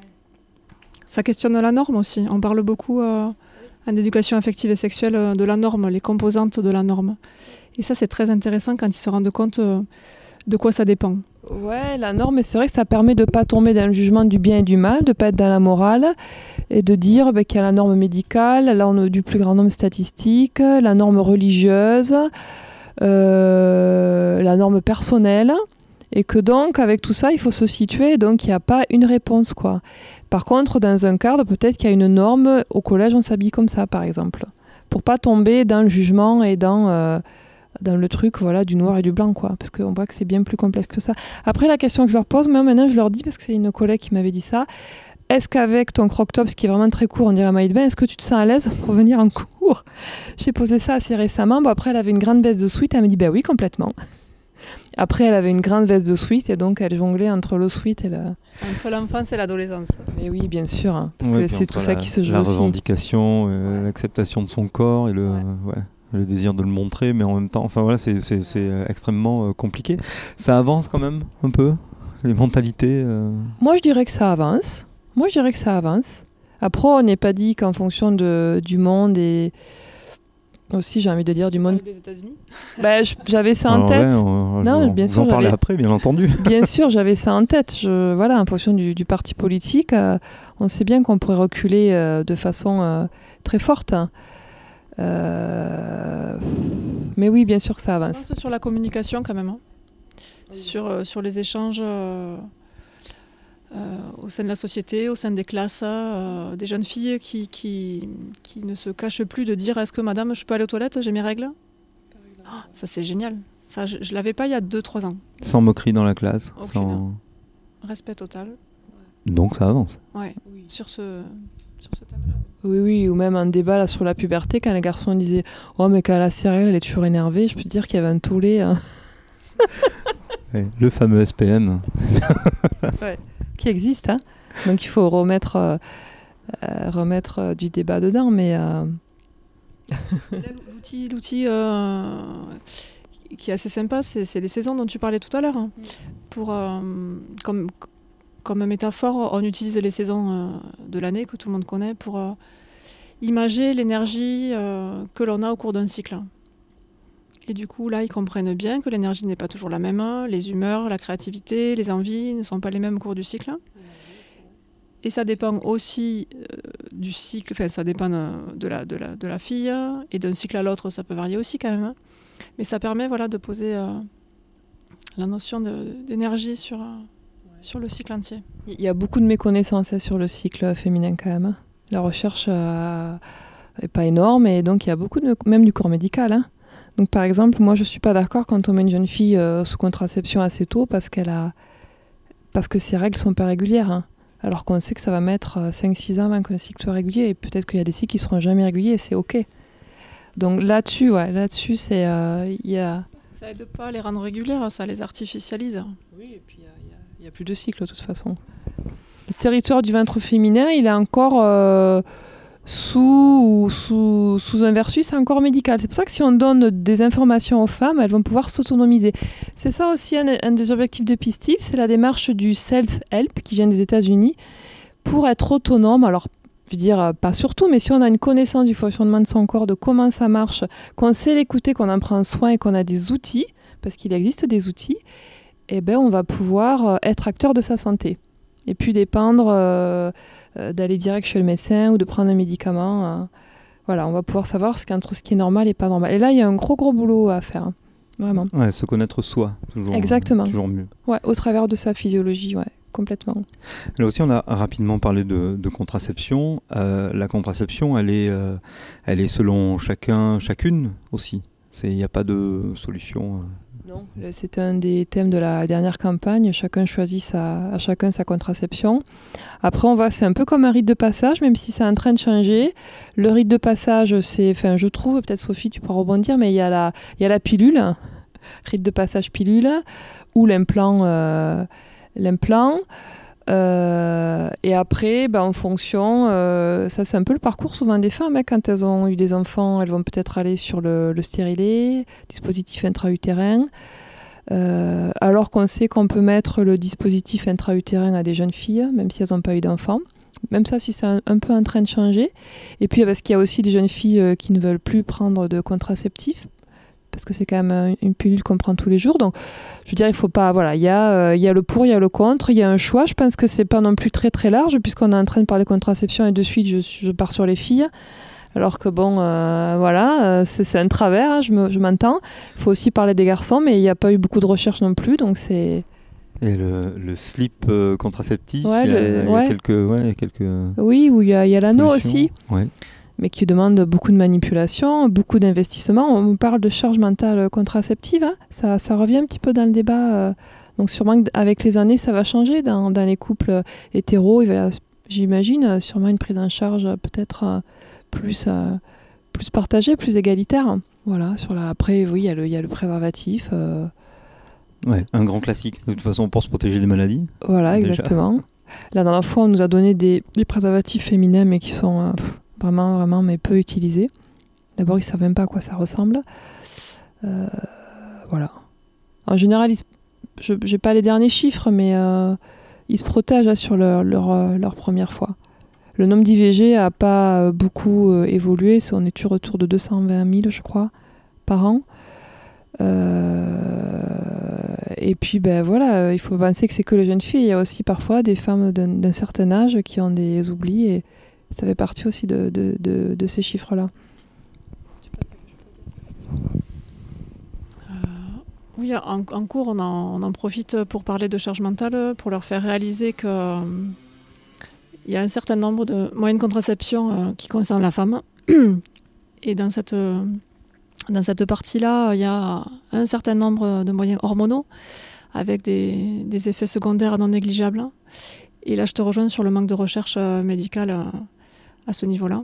Ça questionne la norme aussi. On parle beaucoup euh, en éducation affective et sexuelle euh, de la norme, les composantes de la norme. Et ça, c'est très intéressant quand ils se rendent compte euh, de quoi ça dépend. Ouais, la norme, c'est vrai que ça permet de ne pas tomber dans le jugement du bien et du mal, de ne pas être dans la morale, et de dire bah, qu'il y a la norme médicale, la norme du plus grand nombre statistique, la norme religieuse, euh, la norme personnelle. Et que donc, avec tout ça, il faut se situer, donc il n'y a pas une réponse, quoi. Par contre, dans un cadre, peut-être qu'il y a une norme, au collège, on s'habille comme ça, par exemple, pour pas tomber dans le jugement et dans, euh, dans le truc voilà, du noir et du blanc, quoi, parce qu'on voit que c'est bien plus complexe que ça. Après, la question que je leur pose, moi, maintenant, je leur dis, parce que c'est une collègue qui m'avait dit ça, est-ce qu'avec ton croc-top, ce qui est vraiment très court, on dirait maillot de bain, est-ce que tu te sens à l'aise pour venir en cours ? J'ai posé ça assez récemment. Bon, après, elle avait une grande veste de sweat, elle me dit, ben oui, complètement. Après, elle avait une grande veste de sweat et donc elle jonglait entre le sweat et le... Entre l'enfance et l'adolescence. Mais oui, bien sûr, hein, parce ouais, que c'est tout la, ça qui se joue la aussi. La revendication, euh, ouais. l'acceptation de son corps et le, ouais. Euh, ouais, le désir de le montrer, mais en même temps, enfin voilà, c'est, c'est, c'est extrêmement euh, compliqué. Ça avance quand même un peu, les mentalités euh... Moi, je dirais que ça avance. Moi, je dirais que ça avance. Après, on n'est pas dit qu'en fonction de, du monde et... Aussi, j'ai envie de dire du monde. Des États-Unis. Bah, je, j'avais ça en Alors, tête. Ouais, on, non, on, bien sûr. On en parlait j'avais... après, bien entendu. Bien sûr, j'avais ça en tête. Je, voilà, en fonction du, du parti politique, euh, on sait bien qu'on pourrait reculer euh, de façon euh, très forte. Euh... Mais oui, bien sûr que ça avance. Ça avance sur la communication quand même, hein. oui. sur euh, sur les échanges. Euh... Euh, au sein de la société, au sein des classes, euh, des jeunes filles qui, qui, qui ne se cachent plus de dire « Est-ce que madame, je peux aller aux toilettes, j'ai mes règles ?» oh, ça c'est génial. Ça, je ne l'avais pas il y a deux trois ans. Sans moquerie dans la classe. Aucune. Sans... Respect total. Donc ça avance. Ouais, oui. sur ce, sur ce thème-là. Oui, oui, ou même un débat là, sur la puberté, quand les garçons disaient « Oh, mais quand elle a ses règles, elle est toujours énervée. » Je peux te dire qu'il y avait un tollé. Hein. Ouais, le fameux S P M. Ouais. Qui existe, hein. Donc il faut remettre, euh, euh, remettre euh, du débat dedans, mais... Euh... Là, l'outil l'outil euh, qui est assez sympa, c'est, c'est les saisons dont tu parlais tout à l'heure. Hein. Mm. Pour, euh, comme, comme métaphore, on utilise les saisons euh, de l'année que tout le monde connaît pour euh, imager l'énergie euh, que l'on a au cours d'un cycle. Et du coup, là, ils comprennent bien que l'énergie n'est pas toujours la même. Les humeurs, la créativité, les envies ne sont pas les mêmes au cours du cycle. Et ça dépend aussi euh, du cycle, enfin, ça dépend de la, de, la, de la fille. Et d'un cycle à l'autre, ça peut varier aussi quand même. Mais ça permet voilà, de poser euh, la notion de, d'énergie sur, euh, sur le cycle entier. Il y a beaucoup de méconnaissances hein, sur le cycle féminin quand même. La recherche n'est euh, pas énorme et donc il y a beaucoup, de, même du corps médical, hein. Donc par exemple, moi je suis pas d'accord quand on met une jeune fille euh, sous contraception assez tôt parce qu'elle a parce que ses règles sont pas régulières. Hein. Alors qu'on sait que ça va mettre cinq six ans avant qu'un cycle soit régulier et peut-être qu'il y a des cycles qui seront jamais réguliers et c'est ok. Donc là-dessus, ouais, là-dessus c'est euh, y a Parce que ça aide pas à les rendre régulières, ça les artificialise. Oui, et puis il y, y a plus de cycle de toute façon. Le territoire du ventre féminin, il est encore euh, sous, sous, sous un versus encore médical. C'est pour ça que si on donne des informations aux femmes, elles vont pouvoir s'autonomiser. C'est ça aussi un, un des objectifs de Pistil, c'est la démarche du self-help qui vient des États-Unis pour être autonome. Alors, je veux dire, pas surtout, mais si on a une connaissance du fonctionnement de son corps, de comment ça marche, qu'on sait l'écouter, qu'on en prend soin et qu'on a des outils, parce qu'il existe des outils, eh ben, on va pouvoir être acteur de sa santé. Et puis dépendre euh, euh, d'aller direct chez le médecin ou de prendre un médicament. Euh, voilà, on va pouvoir savoir ce qu'entre ce qui est normal et pas normal. Et là, il y a un gros, gros boulot à faire, hein, vraiment. Ouais, se connaître soi, toujours, Exactement. Euh, toujours mieux. Ouais, au travers de sa physiologie, ouais, complètement. Là aussi, on a rapidement parlé de, de contraception. Euh, la contraception, elle est, euh, elle est selon chacun, chacune aussi. Il n'y a pas de solution. Euh... Non, c'est un des thèmes de la dernière campagne. Chacun choisit sa, à chacun sa contraception. Après, on va, c'est un peu comme un rite de passage, même si c'est en train de changer. Le rite de passage, c'est, enfin, je trouve, peut-être Sophie, tu pourras rebondir, mais il y a la, il y a la pilule, rite de passage pilule, ou l'implant, euh, l'implant. Euh, et après, ben, en fonction, euh, ça c'est un peu le parcours souvent des femmes. Hein, quand elles ont eu des enfants, elles vont peut-être aller sur le, le stérilet, dispositif intra-utérin. Euh, alors qu'on sait qu'on peut mettre le dispositif intra-utérin à des jeunes filles, même si elles n'ont pas eu d'enfants. Même ça, si c'est un, un peu en train de changer. Et puis parce qu'il y a aussi des jeunes filles euh, qui ne veulent plus prendre de contraceptifs, parce que c'est quand même une pilule qu'on prend tous les jours. Donc, je veux dire, il faut pas... Voilà, il y a, euh, il y a le pour, il y a le contre, il y a un choix. Je pense que c'est pas non plus très, très large, puisqu'on est en train de parler contraception et de suite, je, je pars sur les filles. Alors que bon, euh, voilà, euh, c'est, c'est un travers, hein, je, me, je m'entends. Il faut aussi parler des garçons, mais il n'y a pas eu beaucoup de recherches non plus, donc c'est... Et le, le slip euh, contraceptif, ouais, il y a, le, il y a ouais. quelques, ouais, il y a quelques... Oui, où il y a, il y a l'anneau aussi. Ouais. Mais qui demande beaucoup de manipulation, beaucoup d'investissement. On parle de charge mentale contraceptive, hein. ça, ça revient un petit peu dans le débat. Euh, donc sûrement qu'avec les années, ça va changer. Dans, dans les couples hétéros, il va y avoir, j'imagine, sûrement une prise en charge peut-être euh, plus, euh, plus partagée, plus égalitaire. Voilà, sur la... Après, oui, il y a le, il y a le préservatif. Euh... Ouais, un grand classique, de toute façon, pour se protéger des maladies. Voilà, déjà. Exactement. La dernière fois, on nous a donné des, des préservatifs féminins, mais qui sont... Euh, Vraiment, vraiment, mais peu utilisé. D'abord, ils ne savent même pas à quoi ça ressemble. Euh, voilà. En général, se... je n'ai pas les derniers chiffres, mais euh, ils se protègent hein, sur leur, leur, leur première fois. Le nombre d'I V G n'a pas beaucoup euh, évolué. On est toujours autour de deux cent vingt mille, je crois, par an. Euh, et puis, ben voilà, il faut penser que c'est que les jeunes filles. Il y a aussi parfois des femmes d'un, d'un certain âge qui ont des oublis et ça fait partie aussi de, de, de, de ces chiffres-là. Euh, oui, en, en cours, on en, on en profite pour parler de charge mentale, pour leur faire réaliser qu'il euh, y a un certain nombre de moyens de contraception euh, qui concernent la femme. Et dans cette, euh, dans cette partie-là, il y a un certain nombre de moyens hormonaux avec des, des effets secondaires non négligeables. Et là, je te rejoins sur le manque de recherche euh, médicale euh, à ce niveau-là.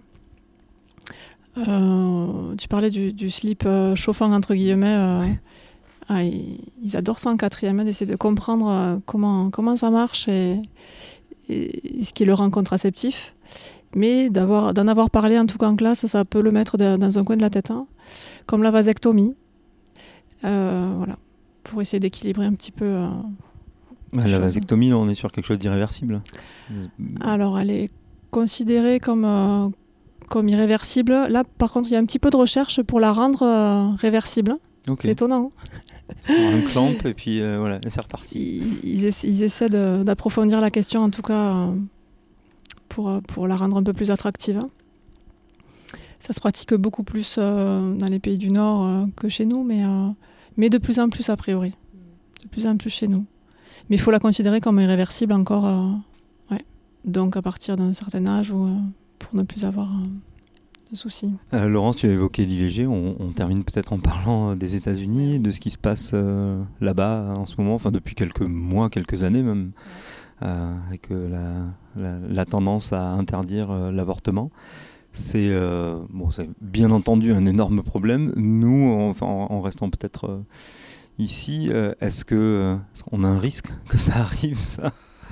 Euh, tu parlais du, du slip euh, chauffant, entre guillemets. Euh, ouais. ah, ils, ils adorent ça en quatrième, d'essayer de comprendre euh, comment, comment ça marche et, et, et ce qui est le rang contraceptif. Mais d'avoir, d'en avoir parlé, en tout cas en classe, ça peut le mettre de, dans un coin de la tête. Hein, comme la vasectomie. Euh, voilà, pour essayer d'équilibrer un petit peu... Euh, la chose. Vasectomie, là, on est sur quelque chose d'irréversible. Alors, elle est considérée comme, euh, comme irréversible. Là, par contre, il y a un petit peu de recherche pour la rendre euh, réversible. Okay. C'est étonnant. Un clamp, et puis euh, voilà, c'est reparti. Ils, ils, essa- ils essaient de, d'approfondir la question, en tout cas, euh, pour, pour la rendre un peu plus attractive. Ça se pratique beaucoup plus euh, dans les pays du Nord euh, que chez nous, mais, euh, mais de plus en plus, a priori. De plus en plus chez nous. Mais il faut la considérer comme irréversible encore, euh, ouais. Donc à partir d'un certain âge ou euh, pour ne plus avoir euh, de soucis. Euh, Laurence, tu as évoqué l'I V G. On, on termine peut-être en parlant des États-Unis, de ce qui se passe euh, là-bas en ce moment, enfin depuis quelques mois, quelques années même, euh, avec euh, la, la, la tendance à interdire euh, l'avortement. C'est, euh, bon, c'est bien entendu un énorme problème. Nous, en, en, en restant peut-être euh, ici, euh, est-ce que, euh, est-ce qu'on a un risque que ça arrive, ça ?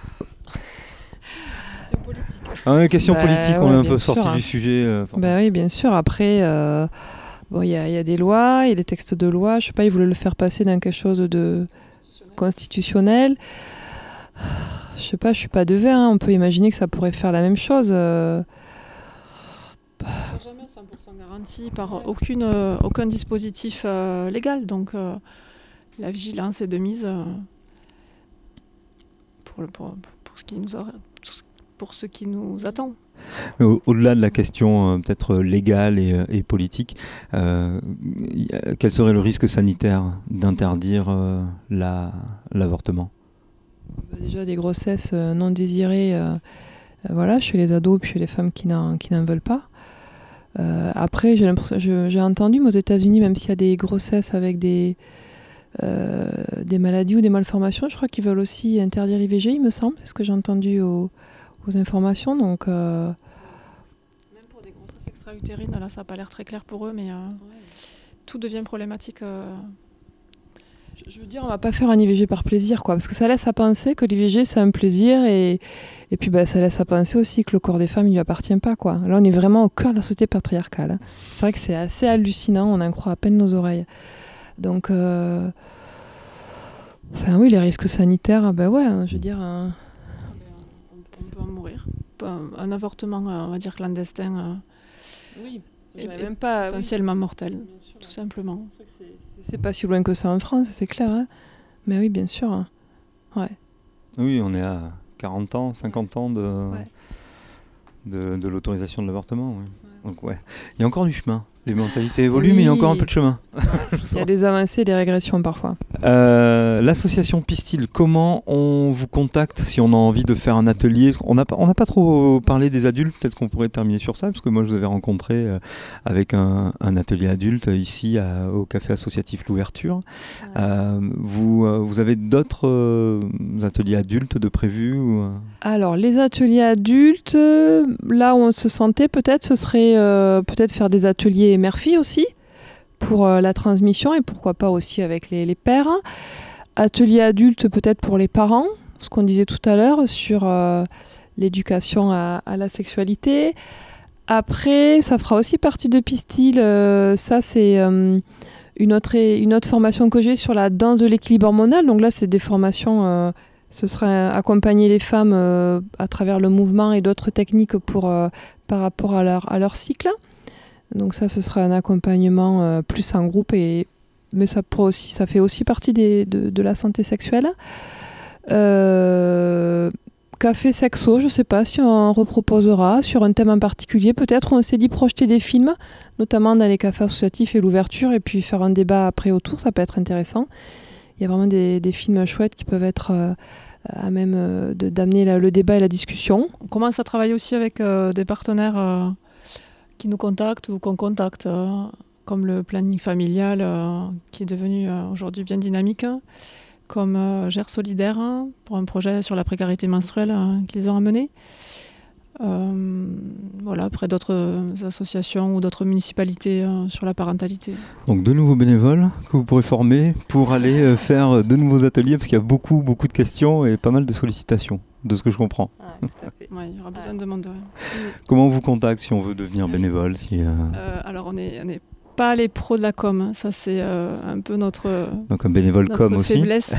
C'est politique. Ah, question bah, politique, ouais, on est un bien peu sûr, sorti hein. du sujet. Euh, Bah oui, bien sûr. Après, euh, bon, il y, a- y a des lois, il y a des textes de loi. Je sais pas, ils voulaient le faire passer dans quelque chose de constitutionnel. Je sais pas, je suis pas devin. Hein. On peut imaginer que ça pourrait faire la même chose. Euh... Ce ne sera jamais cent pour cent garanti par aucune, euh, aucun dispositif euh, légal. Donc euh, la vigilance est de mise euh, pour, pour, pour, ce qui nous a, pour ce qui nous attend. Au- Au-delà de la question euh, peut-être légale et, et politique, euh, y a- quel serait le risque sanitaire d'interdire euh, la, l'avortement ? Déjà des grossesses euh, non désirées, euh, euh, voilà, chez les ados puis chez les femmes qui n'en, qui n'en veulent pas. Euh, après, j'ai, l'impression, je- j'ai entendu moi, aux États-Unis, même s'il y a des grossesses avec des, euh, des maladies ou des malformations, je crois qu'ils veulent aussi interdire l'I V G, il me semble, c'est ce que j'ai entendu aux, aux informations. Donc, euh, Même pour des grossesses extra-utérines, là ça n'a pas l'air très clair pour eux, mais euh, tout devient problématique. Euh, je, je veux dire, on va pas faire un I V G par plaisir, quoi, parce que ça laisse à penser que l'I V G c'est un plaisir et, et puis bah, ça laisse à penser aussi que le corps des femmes ne lui appartient pas, quoi. Là, on est vraiment au cœur de la société patriarcale. Hein. C'est vrai que c'est assez hallucinant, on en croit à peine nos oreilles. Donc, euh... enfin oui, les risques sanitaires, ben ouais, hein, je veux dire. Un... on peut en mourir. Un, un avortement, on va dire clandestin, euh, oui, est, est même pas, potentiellement oui. mortel, sûr, tout simplement. C'est, c'est, c'est pas si loin que ça en France, c'est clair. Hein. Mais oui, bien sûr. Hein. Ouais. Oui, on est à quarante ans, cinquante ans de, ouais. de, de l'autorisation de l'avortement. Oui. Ouais. Donc ouais, il y a encore du chemin. Les mentalités évoluent, oui. mais il y a encore un peu de chemin. Il y a des avancées et des régressions parfois. Euh, l'association Pistil, comment on vous contacte si on a envie de faire un atelier ? On n'a pas, on n'a pas trop parlé des adultes, peut-être qu'on pourrait terminer sur ça, parce que moi je vous avais rencontré euh, avec un, un atelier adulte ici à, au café associatif L'Ouverture. Ouais. Euh, vous, euh, vous avez d'autres euh, ateliers adultes de prévus ou... Alors les ateliers adultes, euh, là où on se sentait peut-être, ce serait euh, peut-être faire des ateliers mère-fille aussi, pour euh, la transmission et pourquoi pas aussi avec les, les pères. Atelier adulte peut-être pour les parents, ce qu'on disait tout à l'heure sur euh, l'éducation à, à la sexualité. Après, ça fera aussi partie de Pistil. Euh, ça, c'est euh, une, autre, une autre formation que j'ai sur la danse de l'équilibre hormonal. Donc là, c'est des formations... Euh, ce serait accompagner les femmes euh, à travers le mouvement et d'autres techniques pour, euh, par rapport à leur, à leur cycle. Donc ça, ce sera un accompagnement euh, plus en groupe, et, mais ça, aussi, ça fait aussi partie des, de, de la santé sexuelle. Euh, café sexo, je ne sais pas si on reproposera sur un thème en particulier. Peut-être on s'est dit projeter des films, notamment dans les cafés associatifs et l'ouverture, et puis faire un débat après autour, ça peut être intéressant. Il y a vraiment des, des films chouettes qui peuvent être euh, à même euh, de, d'amener la, le débat et la discussion. On commence à travailler aussi avec euh, des partenaires euh, qui nous contactent ou qu'on contacte, euh, comme le planning familial euh, qui est devenu euh, aujourd'hui bien dynamique, comme euh, Gère Solidaire hein, pour un projet sur la précarité menstruelle euh, qu'ils ont amené. Euh, voilà, après d'autres associations ou d'autres municipalités euh, sur la parentalité. Donc de nouveaux bénévoles que vous pourrez former pour aller euh, faire de nouveaux ateliers, parce qu'il y a beaucoup, beaucoup de questions et pas mal de sollicitations, de ce que je comprends. Ah, tout à fait. Ouais, il y aura besoin ouais. de monde. Ouais. Comment on vous contacte si on veut devenir bénévole si, euh... Euh, Alors on est, on est pas les pros de la com, hein. Ça c'est euh, un peu notre, Donc un bénévole notre com aussi. Faiblesse.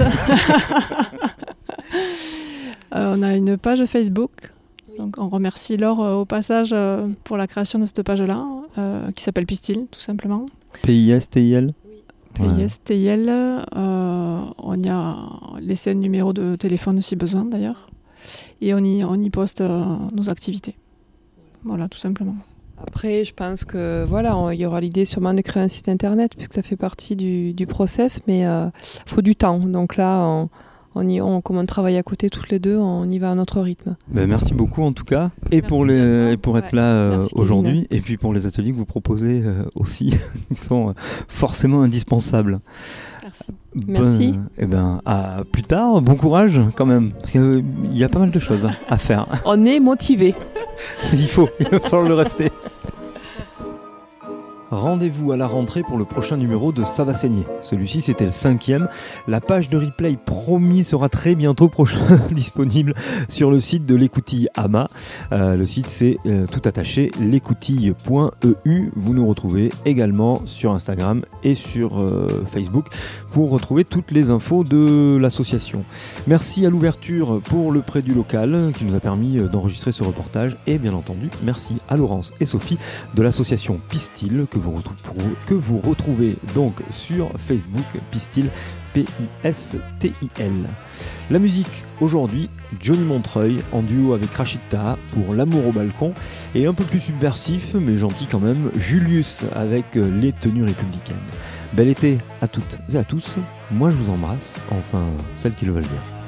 euh, on a une page Facebook. Donc on remercie Laure euh, au passage euh, pour la création de cette page-là, euh, qui s'appelle Pistil, tout simplement. P I S T I L Oui. P I S T I L. Euh, on y a laissé un numéro de téléphone si besoin d'ailleurs. Et on y, on y poste euh, nos activités. Voilà, tout simplement. Après, je pense que voilà, il y aura l'idée sûrement de créer un site internet, puisque ça fait partie du, du process, mais il euh, faut du temps. Donc là, on... on y, on, comme on travaille à côté toutes les deux, on y va à notre rythme. Ben, merci beaucoup en tout cas, et Merci pour, les, et pour être Ouais. là euh, Merci, aujourd'hui, Kevin. et puis pour les ateliers que vous proposez euh, aussi, ils sont euh, forcément indispensables. Merci. Merci. Ben, eh ben, à plus tard, bon courage quand même, parce qu'il y a pas mal de choses à faire. On est motivés. Il faut, il va falloir le rester. Rendez-vous à la rentrée pour le prochain numéro de Ça va saigner. Celui-ci, c'était le cinquième. La page de replay, promis, sera très bientôt prochain, disponible sur le site de l'écoutille Ama. Euh, le site, c'est euh, tout attaché, l'écoutille point e u. Vous nous retrouvez également sur Instagram et sur euh, Facebook pour retrouver toutes les infos de l'association. Merci à l'ouverture pour le prêt du local qui nous a permis d'enregistrer ce reportage. Et bien entendu, merci à Laurence et Sophie de l'association Pistil que vous, retrouvez, que vous retrouvez donc sur Facebook, Pistil, P I S T I L. La musique aujourd'hui, Johnny Montreuil en duo avec Rachid Taha pour L'amour au balcon, et un peu plus subversif mais gentil quand même, Julius avec Les tenues républicaines. Bel été à toutes et à tous, moi je vous embrasse, enfin celles qui le veulent bien.